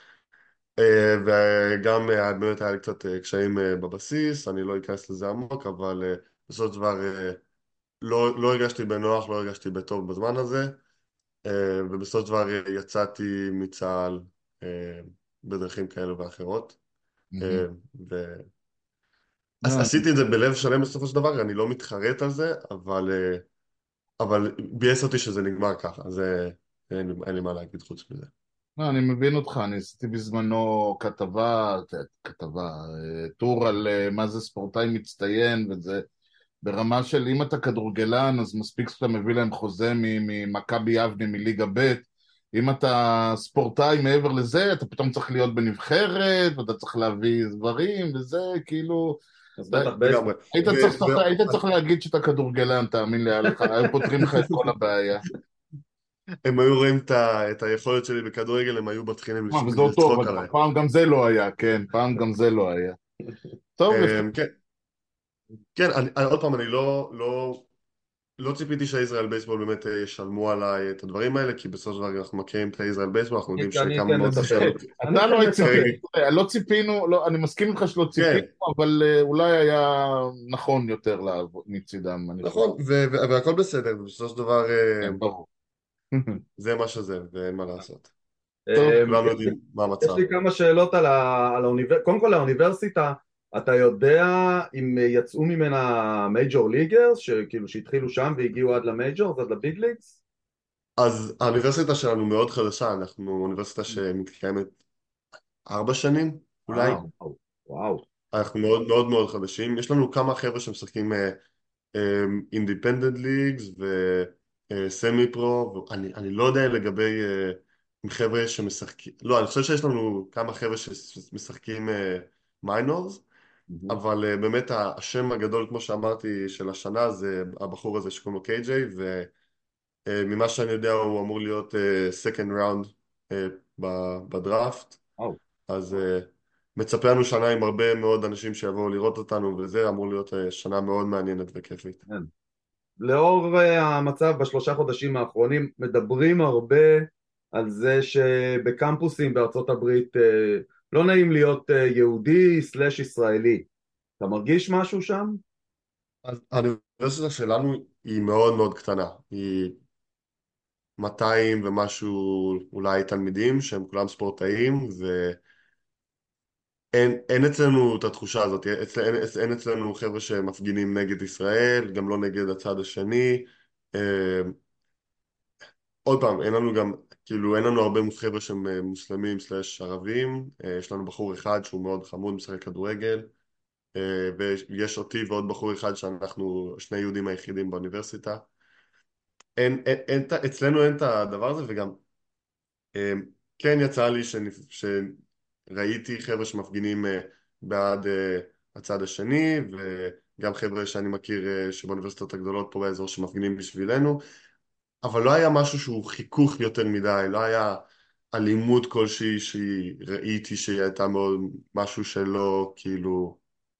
Speaker 1: וגם באמת היה לי קצת קשיים בבסיס, אני לא אכנס לזה עמוק, אבל בסופו של דבר לא, לא הרגשתי בנוח, לא הרגשתי בטוב בזמן הזה, ובסופו של דבר יצאתי מצה"ל בדרכים כאלה ואחרות. עשיתי את זה בלב שלם בסופו של דבר, אני לא מתחרט על זה, אבל אבל ביאס אותי שזה נגמר ככה, אז אין לי מה להגיד חוץ מזה.
Speaker 2: לא, אני מבין אותך, אני עשיתי בזמנו כתבה, כתבה, אה, טור על אה, מה זה ספורטאי מצטיין, וזה ברמה של אם אתה כדורגלן, אז מספיק שאתה מביא להם חוזה מ- ממכבי יבנה מליגה ב'. אם אתה ספורטאי מעבר לזה, אתה פתאום צריך להיות בנבחרת, ואתה צריך להביא דברים, וזה כאילו...
Speaker 6: אז
Speaker 2: די,
Speaker 6: בטח
Speaker 1: לגמרי.
Speaker 6: בייסבול.
Speaker 2: היית צריך, היית צריך להגיד שאתה כדורגלן, תאמין לי, היה לך- היו פותרים לך את כל הבעיה.
Speaker 1: הם היו רואים את ה- את היכולת שלי בכדורגל, הם היו מתחילים
Speaker 2: מה,
Speaker 1: לצ-
Speaker 2: וזה אותו,
Speaker 1: לצחוק
Speaker 2: אבל
Speaker 1: עליי.
Speaker 2: פעם גם זה לא היה, כן, פעם גם זה לא היה. טוב, לפ...
Speaker 1: אמ, כן, כן, אני, אני- עוד פעם, אני לא, לא, לא ציפיתי שהישראל בייסבול באמת אה, ישלמו עליי את הדברים האלה, כי בסופו של דבר אנחנו מכירים את הישראל בייסבול, אנחנו יודעים
Speaker 6: אני
Speaker 1: שכמה
Speaker 6: אתן
Speaker 1: מאות
Speaker 6: לזה,
Speaker 1: שנים.
Speaker 6: אני
Speaker 2: אתה
Speaker 6: אתן
Speaker 2: לא
Speaker 6: לזה.
Speaker 2: ציפינו, לא ציפינו, לא, אני מסכים איתך שלא ציפינו,
Speaker 1: כן,
Speaker 2: אבל אה, אולי היה נכון יותר לעבוד מצידם, אני חושב.
Speaker 1: נכון, ו- ו- והכל בסדר, ובסופו של דבר אה,
Speaker 2: כן, ברור.
Speaker 1: זה מה שזה, ואין מה לעשות.
Speaker 2: טוב,
Speaker 6: אמ,
Speaker 1: כולנו
Speaker 6: יש לי
Speaker 1: יודעים מה
Speaker 6: יש
Speaker 1: המצב.
Speaker 6: לי כמה שאלות על ה- על האוניברסיטה. קודם כל האוניברסיטה, אתה יודע אם יצאו ממנה מייג'ור ליגרס, שכאילו שהתחילו שם והגיעו עד למייג'ור, עד לביג ליגס?
Speaker 1: אז האוניברסיטה שלנו מאוד חדשה, אנחנו אוניברסיטה שמתקיימת ארבע שנים, אולי.
Speaker 6: אה, וואו, וואו.
Speaker 1: אנחנו מאוד מאוד מאוד חדשים. יש לנו כמה חבר'ה שמשחקים אינדיפנדנט ליגס וסמי פרו, אני, אני לא יודע לגבי אה, עם חבר'ה שמשחקים, לא, אני חושב שיש לנו כמה חבר'ה שמשחקים מיינורס,
Speaker 6: מהמם.
Speaker 1: אבל אה, באמת ה- השם הגדול, כמו שאמרתי, של השנה זה הבחור הזה שקוראים לו קיי ג'יי, וממה שאני יודע הוא אמור להיות אה, second round אה, ב- בדראפט.
Speaker 6: וואו.
Speaker 1: אז uh, מצפה לנו שנה עם הרבה מאוד אנשים שיבואו לראות אותנו, וזה אמור להיות uh, שנה מאוד מעניינת וכיפית.
Speaker 6: כן. לאור אה, המצב בשלושה חודשים האחרונים, מדברים הרבה על זה שבקמפוסים בארצות הברית אה, לא נעים להיות אה, יהודי סלאש ישראלי. אתה מרגיש משהו שם?
Speaker 1: אז האוניברסיטה שלנו היא מאוד מאוד קטנה, היא מאתיים ומשהו אולי תלמידים שהם כולם ספורטאים, ואין אין אצלנו את התחושה הזאת, אצל, אין, אין אצלנו חבר'ה שמפגינים נגד ישראל, גם לא נגד הצד השני. אה, עוד פעם, אין לנו גם, כאילו, אין לנו הרבה חבר'ה שהם אה, מוסלמים סלאש ערבים. אה, יש לנו בחור אחד שהוא מאוד חמוד, משחק כדורגל, אה, ויש אותי ועוד בחור אחד שאנחנו שני יהודים היחידים באוניברסיטה. אין, אין, אין, את ה- אצלנו אין את הדבר הזה, וגם אה, כן יצא לי שנפ- שראיתי חבר'ה שמפגינים אה, בעד אה, הצד השני, וגם חבר'ה שאני מכיר אה, שבאוניברסיטאות הגדולות פה באזור שמפגינים בשבילנו. אבל לא היה משהו שהוא חיכוך יותר מדי, לא היה אלימות כלשהי שראיתי שהיא הייתה מאוד משהו שלא, כאילו,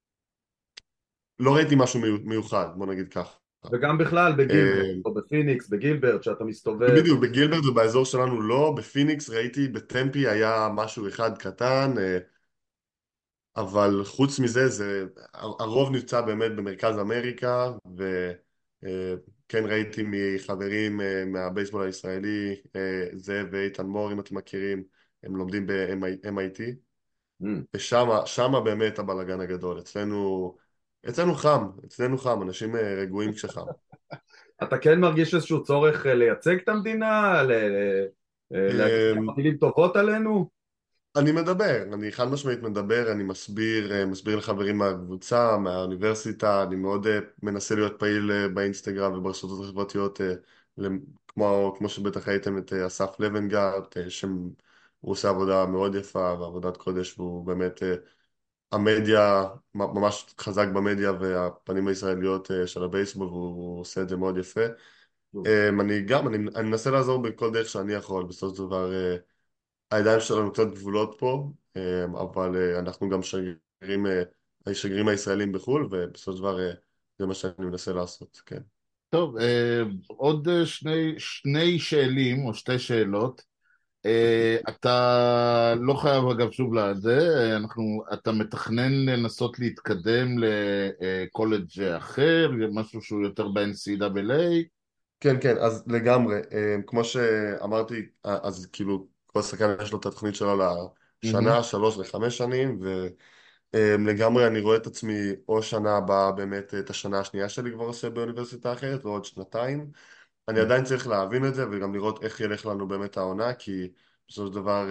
Speaker 1: לא ראיתי משהו מיו- מיוחד, בוא נגיד ככה.
Speaker 6: וגם בכלל בגילברט,
Speaker 1: אה,
Speaker 6: או בפיניקס, בגילברט, שאתה מסתובב.
Speaker 1: בדיוק, בגילברד ובאזור שלנו לא, בפיניקס ראיתי, בטמפי היה משהו אחד קטן, אה, אבל חוץ מזה, זה, הרוב נמצא באמת במרכז אמריקה, וכן ראיתי מחברים אה, מהבייסבול הישראלי, אה, זאב ואיתן מור, אם אתם מכירים, הם לומדים ב-אם איי טי,
Speaker 6: Mm.
Speaker 1: ושם שמה באמת הבלגן הגדול. אצלנו, אצלנו חם, אצלנו חם, אנשים אה, רגועים כשחם.
Speaker 6: אתה כן מרגיש איזשהו צורך אה, לייצג את המדינה, ל- ל- אה, להגיד
Speaker 1: אה,
Speaker 6: כמה מילים טובות עלינו?
Speaker 1: אני מדבר, אני חד משמעית מדבר, אני מסביר, אה, מסביר לחברים מהקבוצה, מהאוניברסיטה, אני מאוד אה, מנסה להיות פעיל אה, באינסטגרם וברשתות החברתיות, אה, למ- כמו, כמו שבטח ראיתם את אה, אסף לבנגרט, אה, שהוא עושה עבודה מאוד יפה ועבודת קודש, והוא באמת אה, המדיה, מ- ממש חזק במדיה והפנים הישראליות אה, של הבייסבול, והוא עושה את זה מאוד יפה. אה, אני גם, אני, אני מנסה לעזור בכל דרך שאני יכול, בסופו של דבר אה, הידיים שלנו קצת גבולות פה, אה, אבל אה, אנחנו גם שגרירים, אה, השגרירים הישראלים בחו"ל, ובסופו של דבר אה, זה מה שאני מנסה לעשות, כן.
Speaker 2: טוב, אה, עוד אה, שני, שני שאלים, או שתי שאלות. אה, אתה לא חייב אגב שוב לזה, אה, אנחנו, אתה מתכנן לנסות להתקדם לקולג' אחר, משהו שהוא יותר ב-אן סי דאבל איי?
Speaker 1: כן, כן, אז לגמרי, אה, כמו שאמרתי, אה, אז כאילו, כל שחקן יש לו את התוכנית שלו
Speaker 2: מהמם.
Speaker 1: לשנה, שלוש וחמש שנים, ולגמרי אני רואה את עצמי או שנה הבאה באמת את השנה השנייה שלי כבר עושה באוניברסיטה אחרת, ועוד שנתיים. אני עדיין צריך להבין את זה וגם לראות איך ילך לנו באמת העונה, כי בסופו של דבר,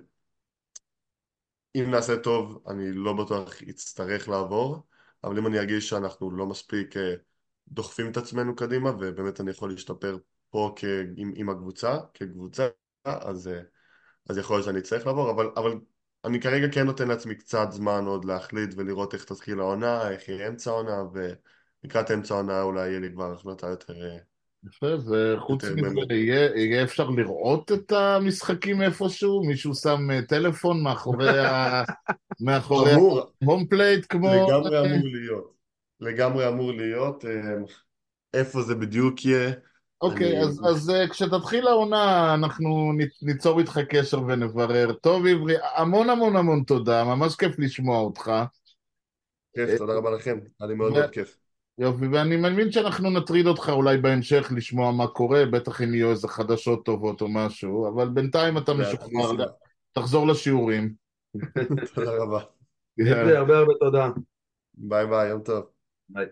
Speaker 1: אם נעשה טוב, אני לא בטוח יצטרך לעבור, אבל אם אני ארגיש שאנחנו לא מספיק דוחפים את עצמנו קדימה, ובאמת אני יכול להשתפר פה כ... עם, עם הקבוצה, כקבוצה, אז, אז יכול להיות שאני אצטרך לעבור, אבל, אבל אני כרגע כן נותן לעצמי קצת זמן עוד להחליט ולראות איך תתחיל העונה, איך יהיה אמצע העונה, ולקראת אמצע העונה אולי יהיה לי כבר החלטה יותר...
Speaker 2: יפה, וחוץ
Speaker 1: יותר
Speaker 2: מזה,
Speaker 1: באמת.
Speaker 2: יהיה, יהיה אפשר לראות את המשחקים איפשהו? מישהו שם אה, טלפון מאחורי ה... מאחורי
Speaker 1: אמור,
Speaker 2: ההום פלייט כמו...
Speaker 1: לגמרי אמור להיות. לגמרי אמור להיות. אה, איפה זה בדיוק יהיה?
Speaker 2: אוקיי,
Speaker 1: אני...
Speaker 2: אז, אז אה, כשתתחיל העונה אנחנו ניצ- ניצור איתך קשר ונברר. טוב, עברי, המון המון המון תודה, ממש כיף לשמוע אותך.
Speaker 1: כיף,
Speaker 2: אה,
Speaker 1: תודה רבה לכם. היה לי מאוד
Speaker 2: ו-
Speaker 1: מאוד כיף.
Speaker 2: יופי, ואני מאמין שאנחנו נטריד אותך אולי בהמשך לשמוע מה קורה, בטח אם יהיו איזה חדשות טובות או משהו, אבל בינתיים אתה
Speaker 1: ואני
Speaker 2: משוחרר,
Speaker 1: אשמח.
Speaker 2: תחזור לשיעורים.
Speaker 1: תודה רבה.
Speaker 6: עברי, הרבה הרבה תודה.
Speaker 1: ביי ביי, יום טוב.
Speaker 6: ביי.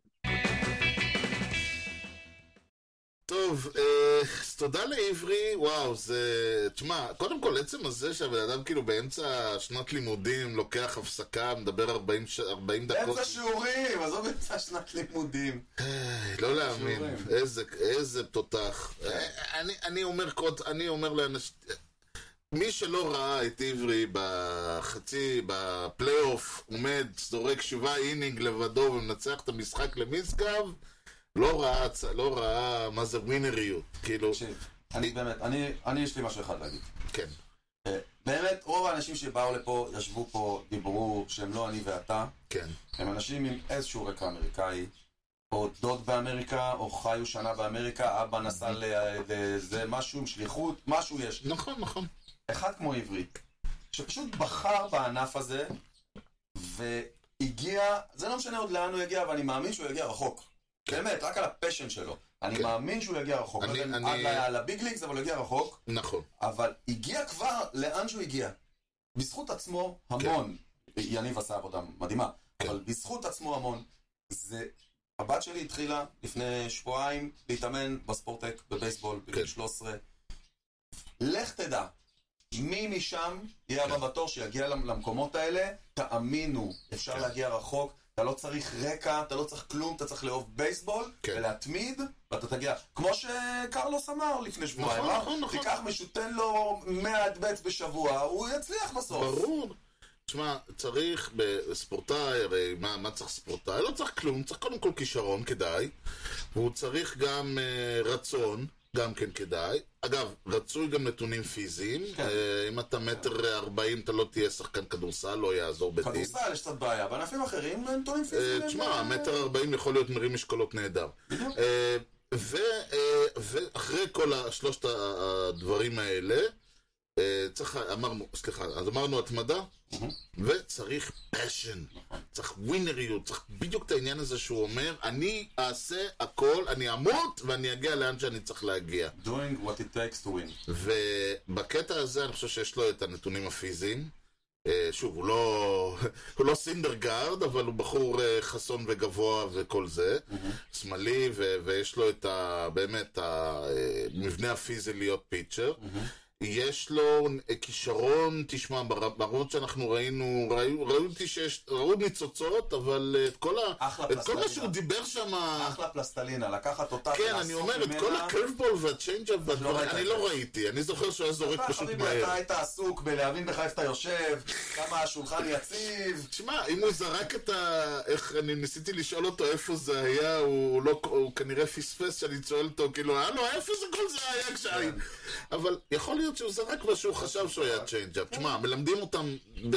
Speaker 4: טוב, אה, אז תודה לעברי, וואו, זה... תשמע, קודם כל, עצם הזה שהבן אדם כאילו באמצע שנת לימודים לוקח הפסקה, מדבר ארבעים, ש... ארבעים דקות.
Speaker 5: באמצע שיעורים, עזוב באמצע שנת לימודים.
Speaker 4: אה, לא להאמין,
Speaker 5: שיעורים.
Speaker 4: איזה, איזה תותח. אה, אני, אני אומר קוד, אני אומר לאנשים... מי שלא ראה את עברי בחצי, בפלייאוף, עומד, זורק שבעה אינינג לבדו ומנצח את המשחק למשגב, לא ראה, לא ראה מה זה ווינריות, כאילו...
Speaker 5: תקשיב, אני באמת, אני, אני יש לי משהו אחד להגיד.
Speaker 4: כן.
Speaker 5: אה, באמת, רוב האנשים שבאו לפה, ישבו פה, דיברו שהם לא אני ואתה,
Speaker 4: כן.
Speaker 5: הם אנשים עם איזשהו רקע אמריקאי, או דוד באמריקה, או חיו שנה באמריקה, אבא נסע לזה, משהו עם שליחות, משהו יש.
Speaker 4: נכון, נכון.
Speaker 5: אחד כמו עברי, שפשוט בחר בענף הזה, והגיע, זה לא משנה עוד לאן הוא יגיע, אבל אני מאמין שהוא יגיע רחוק. באמת, רק על הפשן שלו. אני
Speaker 4: כן.
Speaker 5: מאמין שהוא יגיע רחוק.
Speaker 4: אני-
Speaker 5: אני,
Speaker 4: אני-
Speaker 5: עד לביג ליגס, אבל הוא יגיע רחוק.
Speaker 4: נכון.
Speaker 5: אבל הגיע כבר לאן שהוא הגיע. בזכות עצמו המון. יניב עשה עבודה מדהימה.
Speaker 4: כן.
Speaker 5: אבל בזכות עצמו המון. זה... הבת שלי התחילה לפני שבועיים להתאמן בספורטק, בבייסבול, בגיל
Speaker 4: כן.
Speaker 5: שלוש עשרה. לך תדע. מי משם יהיה הבא בתור שיגיע למקומות האלה, תאמינו, אפשר להגיע רחוק, אתה לא צריך רקע, אתה לא צריך כלום, אתה צריך לאהוב בייסבול,
Speaker 4: כן.
Speaker 5: ולהתמיד, ואתה תגיע, כמו שקרלוס אמר לפני שבועיים,
Speaker 4: נכון,
Speaker 5: אה?
Speaker 4: נכון, נכון.
Speaker 5: תיקח מישהו, תן לו מאה אדבטס בשבוע, הוא יצליח בסוף.
Speaker 4: ברור. תשמע, צריך בספורטאי, הרי מה, מה צריך ספורטאי? לא צריך כלום, צריך קודם כל כישרון, כדאי. והוא צריך גם uh, רצון, גם כן כדאי. אגב, רצוי גם נתונים פיזיים.
Speaker 5: כן.
Speaker 4: Uh, אם אתה מטר ארבעים, אתה לא תהיה שחקן כדורסל, לא יעזור בדין.
Speaker 5: כדורסל יש קצת בעיה, בענפים אחרים נתונים פיזיים.
Speaker 4: Uh, תשמע, מטר ארבעים יכול להיות מרים משקולות נהדר.
Speaker 5: בדיוק.
Speaker 4: Uh, ו, uh, ואחרי כל שלושת הדברים האלה, uh, צריך, אמרנו, סליחה, אז אמרנו התמדה, וצריך פשן, צריך ווינריות, צריך בדיוק את העניין הזה שהוא אומר, אני אעשה הכל, אני אמות ואני אגיע לאן שאני צריך להגיע.
Speaker 5: Doing what it takes to win.
Speaker 4: ובקטע הזה אני חושב שיש לו את הנתונים הפיזיים. אה, שוב, הוא לא, הוא לא סינדרגרד, אבל הוא בחור אה, חסון וגבוה וכל זה, שמאלי, ו- ויש לו את ה, באמת המבנה הפיזי להיות פיצ'ר. יש לו כישרון, תשמע, ברמות שאנחנו ראינו, ראו, ראיתי שיש, ראו ניצוצות, אבל את כל, ה, את כל מה שהוא דיבר שם...
Speaker 5: אחלה פלסטלינה, לקחת אותה
Speaker 4: כן, אני אומר, את כל הקרבבול והצ'יינג'אפ, אני לא ראיתי, אני זוכר שהוא היה זורק פשוט מהר.
Speaker 5: אתה היית עסוק בלהבין בך איפה אתה יושב, כמה השולחן יציב.
Speaker 4: תשמע, אם הוא זרק את ה... איך אני ניסיתי לשאול אותו איפה זה היה, הוא, לא, הוא כנראה פספס שאני שואל אותו, כאילו, הלו, איפה זה כל זה היה כשהיית? אבל יכול להיות שהוא זרק מה שהוא חשב שהוא היה צ'יינג'אפ. תשמע, מלמדים אותם,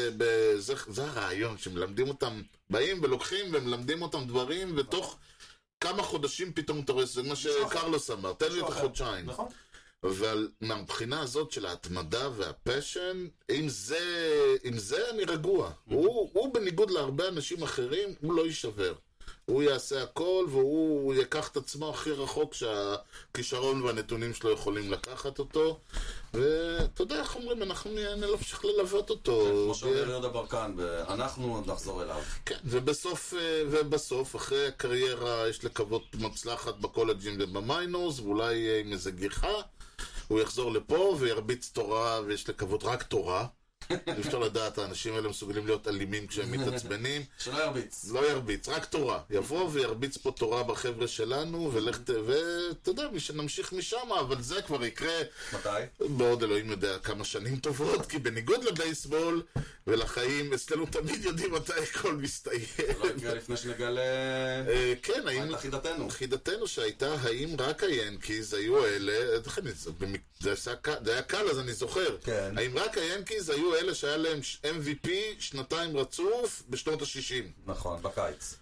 Speaker 4: זה הרעיון, שמלמדים אותם, באים ולוקחים ומלמדים אותם דברים, ותוך כמה חודשים פתאום אתה רואה, זה מה שקרלוס אמר, תן לי את החודשיים. אבל מהבחינה הזאת של ההתמדה והפשן, עם זה, עם זה אני רגוע. הוא בניגוד להרבה אנשים אחרים, הוא לא יישבר. הוא יעשה הכל, והוא ייקח את עצמו הכי רחוק שהכישרון והנתונים שלו יכולים לקחת אותו. ואתה יודע איך אומרים, אנחנו נמשיך ללוות אותו.
Speaker 5: כמו שאומר יהודה ברקן, אנחנו נחזור אליו.
Speaker 4: כן, ובסוף, ובסוף, אחרי הקריירה יש לקוות מצלחת בקולג'ים ובמיינורס, ואולי עם איזה גיחה. הוא יחזור לפה וירביץ תורה, ויש לקוות רק תורה. אי אפשר לדעת, האנשים האלה מסוגלים להיות אלימים כשהם מתעצבנים.
Speaker 5: שלא ירביץ.
Speaker 4: לא ירביץ, רק תורה. יבוא וירביץ פה תורה בחבר'ה שלנו, ואתה יודע, נמשיך משם, אבל זה כבר יקרה...
Speaker 5: מתי?
Speaker 4: בעוד אלוהים יודע כמה שנים טובות, כי בניגוד לבייסבול ולחיים, אצלנו תמיד יודעים מתי הכל מסתיים.
Speaker 5: זה לא יקרה לפני שנגלה...
Speaker 4: כן, האם...
Speaker 5: חידתנו.
Speaker 4: חידתנו שהייתה, האם רק היאנקיז היו אלה... זה היה קל, אז אני זוכר. האם רק היאנקיז היו אלה שהיה להם אם וי פי שנתיים רצוף בשנות ה-שישים.
Speaker 5: נכון, בקיץ.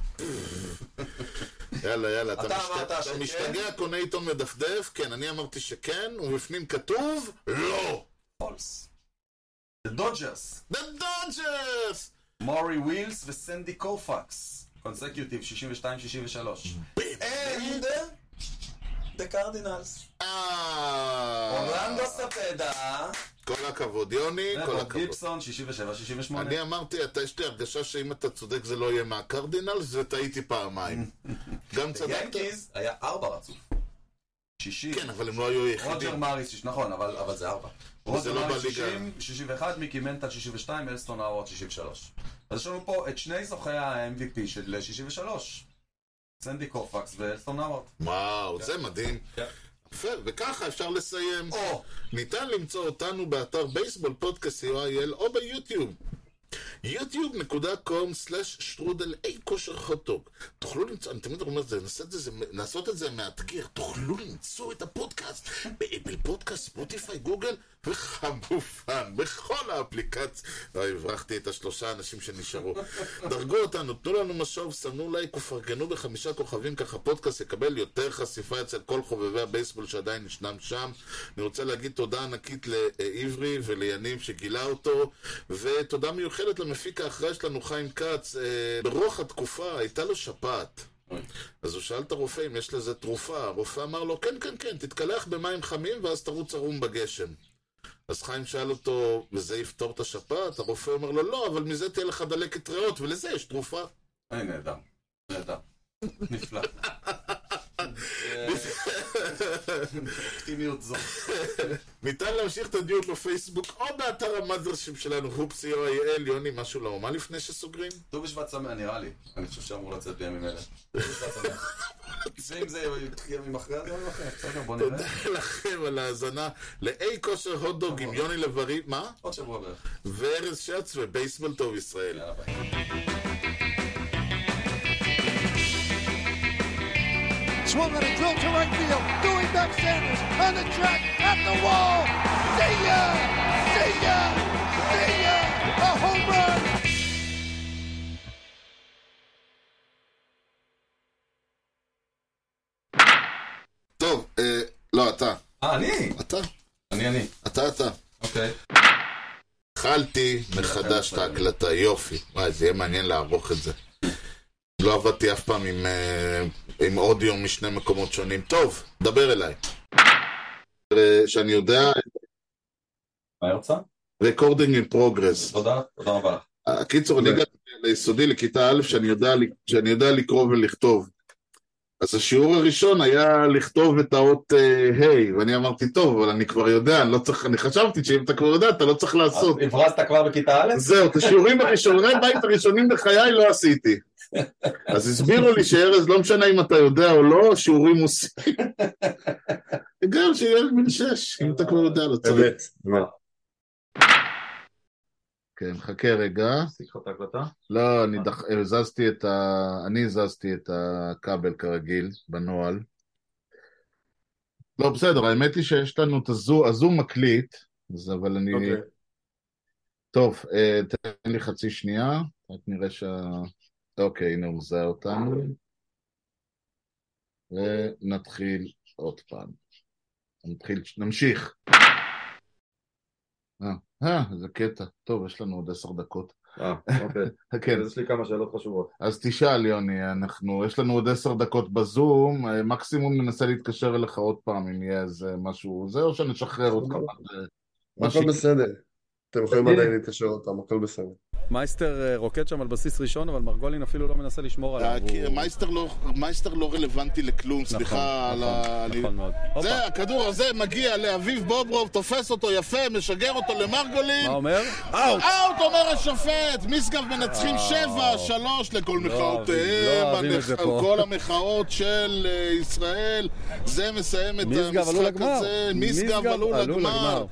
Speaker 4: יאללה, יאללה, אתה משתגע, קונה עיתון מדפדף? כן, אני אמרתי שכן, ובפנים כתוב לא.
Speaker 5: פולס. The Dodgers.
Speaker 4: The Dodgers!
Speaker 5: מורי ווילס וסנדי קופקס. קונסקיוטיב, שישים ושתיים שישים ושלוש. And the Cardinals. אורלנדו ספדה.
Speaker 4: כל הכבוד, יוני, כל הכבוד.
Speaker 5: גיבסון, שישים ושבע שישים ושמונה.
Speaker 4: אני אמרתי, אתה, יש לי הרגשה שאם אתה צודק זה לא יהיה מהקרדינלס, וטעיתי פעמיים. גם צדקת.
Speaker 5: ינקיז היה ארבע רצוף. שישים.
Speaker 4: כן, אבל הם לא היו יחידים.
Speaker 5: רוג'ר מאריס, נכון, אבל זה ארבע. רוג'ר מאריס שישים, שישים ואחת, מיקי מנטל שישים ושתיים, אלסטון האוורד שישים ושלוש. אז יש לנו פה את שני זוכי ה-אם וי פי של שישים ושלוש. סנדי קופקס ואלסטון האוורד.
Speaker 4: וואו, זה מדהים. וככה אפשר לסיים. ניתן למצוא אותנו באתר בייסבול פודקאסט סי או איי אל או ביוטיוב יוטיוב נקודה קום סלש שטרודל אי כושר חוטוק. תוכלו למצוא, אני תמיד אומר את זה, לעשות את זה מאתגר, תוכלו למצוא את הפודקאסט באפל פודקאסט, ספוטיפיי, גוגל וכמובן בכל האפליקציה. הברכתי את השלושה אנשים שנשארו. דרגו אותנו, תנו לנו משוב, סמנו לייק ופרגנו בחמישה כוכבים, ככה פודקאסט יקבל יותר חשיפה אצל כל חובבי הבייסבול שעדיין ישנם שם. אני רוצה להגיד תודה ענקית לעברי וליניב שגילה אותו, ותודה מיוחדת למפיק האחראי שלנו חיים כץ. ברוח התקופה הייתה לו שפעת, אז הוא שאל את הרופא אם יש לזה תרופה. הרופא אמר לו כן כן כן, תתקלח במים חמים ואז תרוץ ערום בגשם. אז חיים שאל אותו, וזה יפתור את השפעת? הרופא אומר לו לא, אבל מזה תהיה לך דלקת ריאות, ולזה יש תרופה.
Speaker 5: היי, נהדר, נהדר, נפלא. אופטימיות זו.
Speaker 4: ניתן להמשיך את הדיוק בפייסבוק או באתר המאזרשים שלנו, הופ סי או איי אל. יוני, משהו לאומה לפני שסוגרים?
Speaker 5: ט"ו בשבט שמח, נראה לי. אני חושב שאמור לצאת בימים אלה. ט"ו בשבט שמח. ואם זה ימים אחרי, אז ימים אחרי. בסדר, בוא נראה.
Speaker 4: תודה לכם על ההאזנה לאי כושר הוטדוג עם יוני לב-ארי. מה?
Speaker 5: עוד שבוע בערך.
Speaker 4: וארז שץ ובייסבול טוב ישראל.
Speaker 5: יאללה ביי.
Speaker 3: Swung on a drill to right field. Doing back Sanders on the track at the wall. See ya! See ya! See ya! A home run!
Speaker 4: טוב, לא, אתה.
Speaker 5: אה, אני?
Speaker 4: אתה.
Speaker 5: אני, אני.
Speaker 4: אתה, אתה.
Speaker 5: אוקיי.
Speaker 4: התחלתי מחדש את ההקלטה, יופי. וואי, זה יהיה מעניין לערוך את זה. לא עבדתי אף פעם עם, עם אודיו משני מקומות שונים. טוב, דבר אליי. שאני יודע...
Speaker 5: מה ירצה?
Speaker 4: Recording in progress.
Speaker 5: תודה, תודה רבה.
Speaker 4: הקיצור, אני הגעתי ליסודי לכיתה א' שאני יודע, שאני יודע לקרוא ולכתוב. אז השיעור הראשון היה לכתוב את האות היי, ואני אמרתי, טוב, אבל אני כבר יודע, אני לא צריך, אני חשבתי שאם אתה כבר יודע, אתה לא צריך לעשות.
Speaker 5: אז הברזת כבר בכיתה א'?
Speaker 4: זהו, את השיעורים הראשונים, בית הראשונים בחיי לא עשיתי. אז הסבירו לי שארז, לא משנה אם אתה יודע או לא, שיעורים עושים. גם שילד בן שש, אם אתה כבר יודע, לא צריך.
Speaker 1: באמת.
Speaker 2: כן, חכה רגע.
Speaker 5: עשיתי לך את ההקלטה?
Speaker 2: לא, אני דח... הזזתי את ה... אני הזזתי את הכבל כרגיל, בנועל. לא, בסדר, האמת היא שיש לנו את הזום, הזום מקליט, אז אבל אני...
Speaker 1: אוקיי.
Speaker 2: טוב, תן לי חצי שנייה, רק נראה שה... אוקיי, הנה הוא מזהה אותנו. ונתחיל עוד פעם. נתחיל, נמשיך. אה, אה, זה קטע. טוב, יש לנו עוד עשר דקות.
Speaker 6: אה, אוקיי.
Speaker 2: כן.
Speaker 6: יש לי כמה שאלות חשובות.
Speaker 2: אז תשאל, יוני, אנחנו, יש לנו עוד עשר דקות בזום, מקסימום ננסה להתקשר אליך עוד פעם, אם יהיה איזה משהו, זה או שנשחרר אותך.
Speaker 1: הכל בסדר. אתם יכולים עדיין להתקשר אותם, הכל בסדר.
Speaker 7: מייסטר רוקד שם על בסיס ראשון, אבל מרגולין אפילו לא מנסה לשמור עליו.
Speaker 4: מייסטר לא רלוונטי לכלום, סליחה.
Speaker 7: נכון מאוד.
Speaker 4: זה, הכדור הזה מגיע לאביב בוברוב, תופס אותו יפה, משגר אותו למרגולין.
Speaker 7: מה אומר?
Speaker 4: אאוט! אאוט, אומר השופט! משגב מנצחים שבע, שלוש לכל מחאותיהם, כל המחאות של ישראל. זה מסיים את המשחק הזה. משגב עלו לגמר.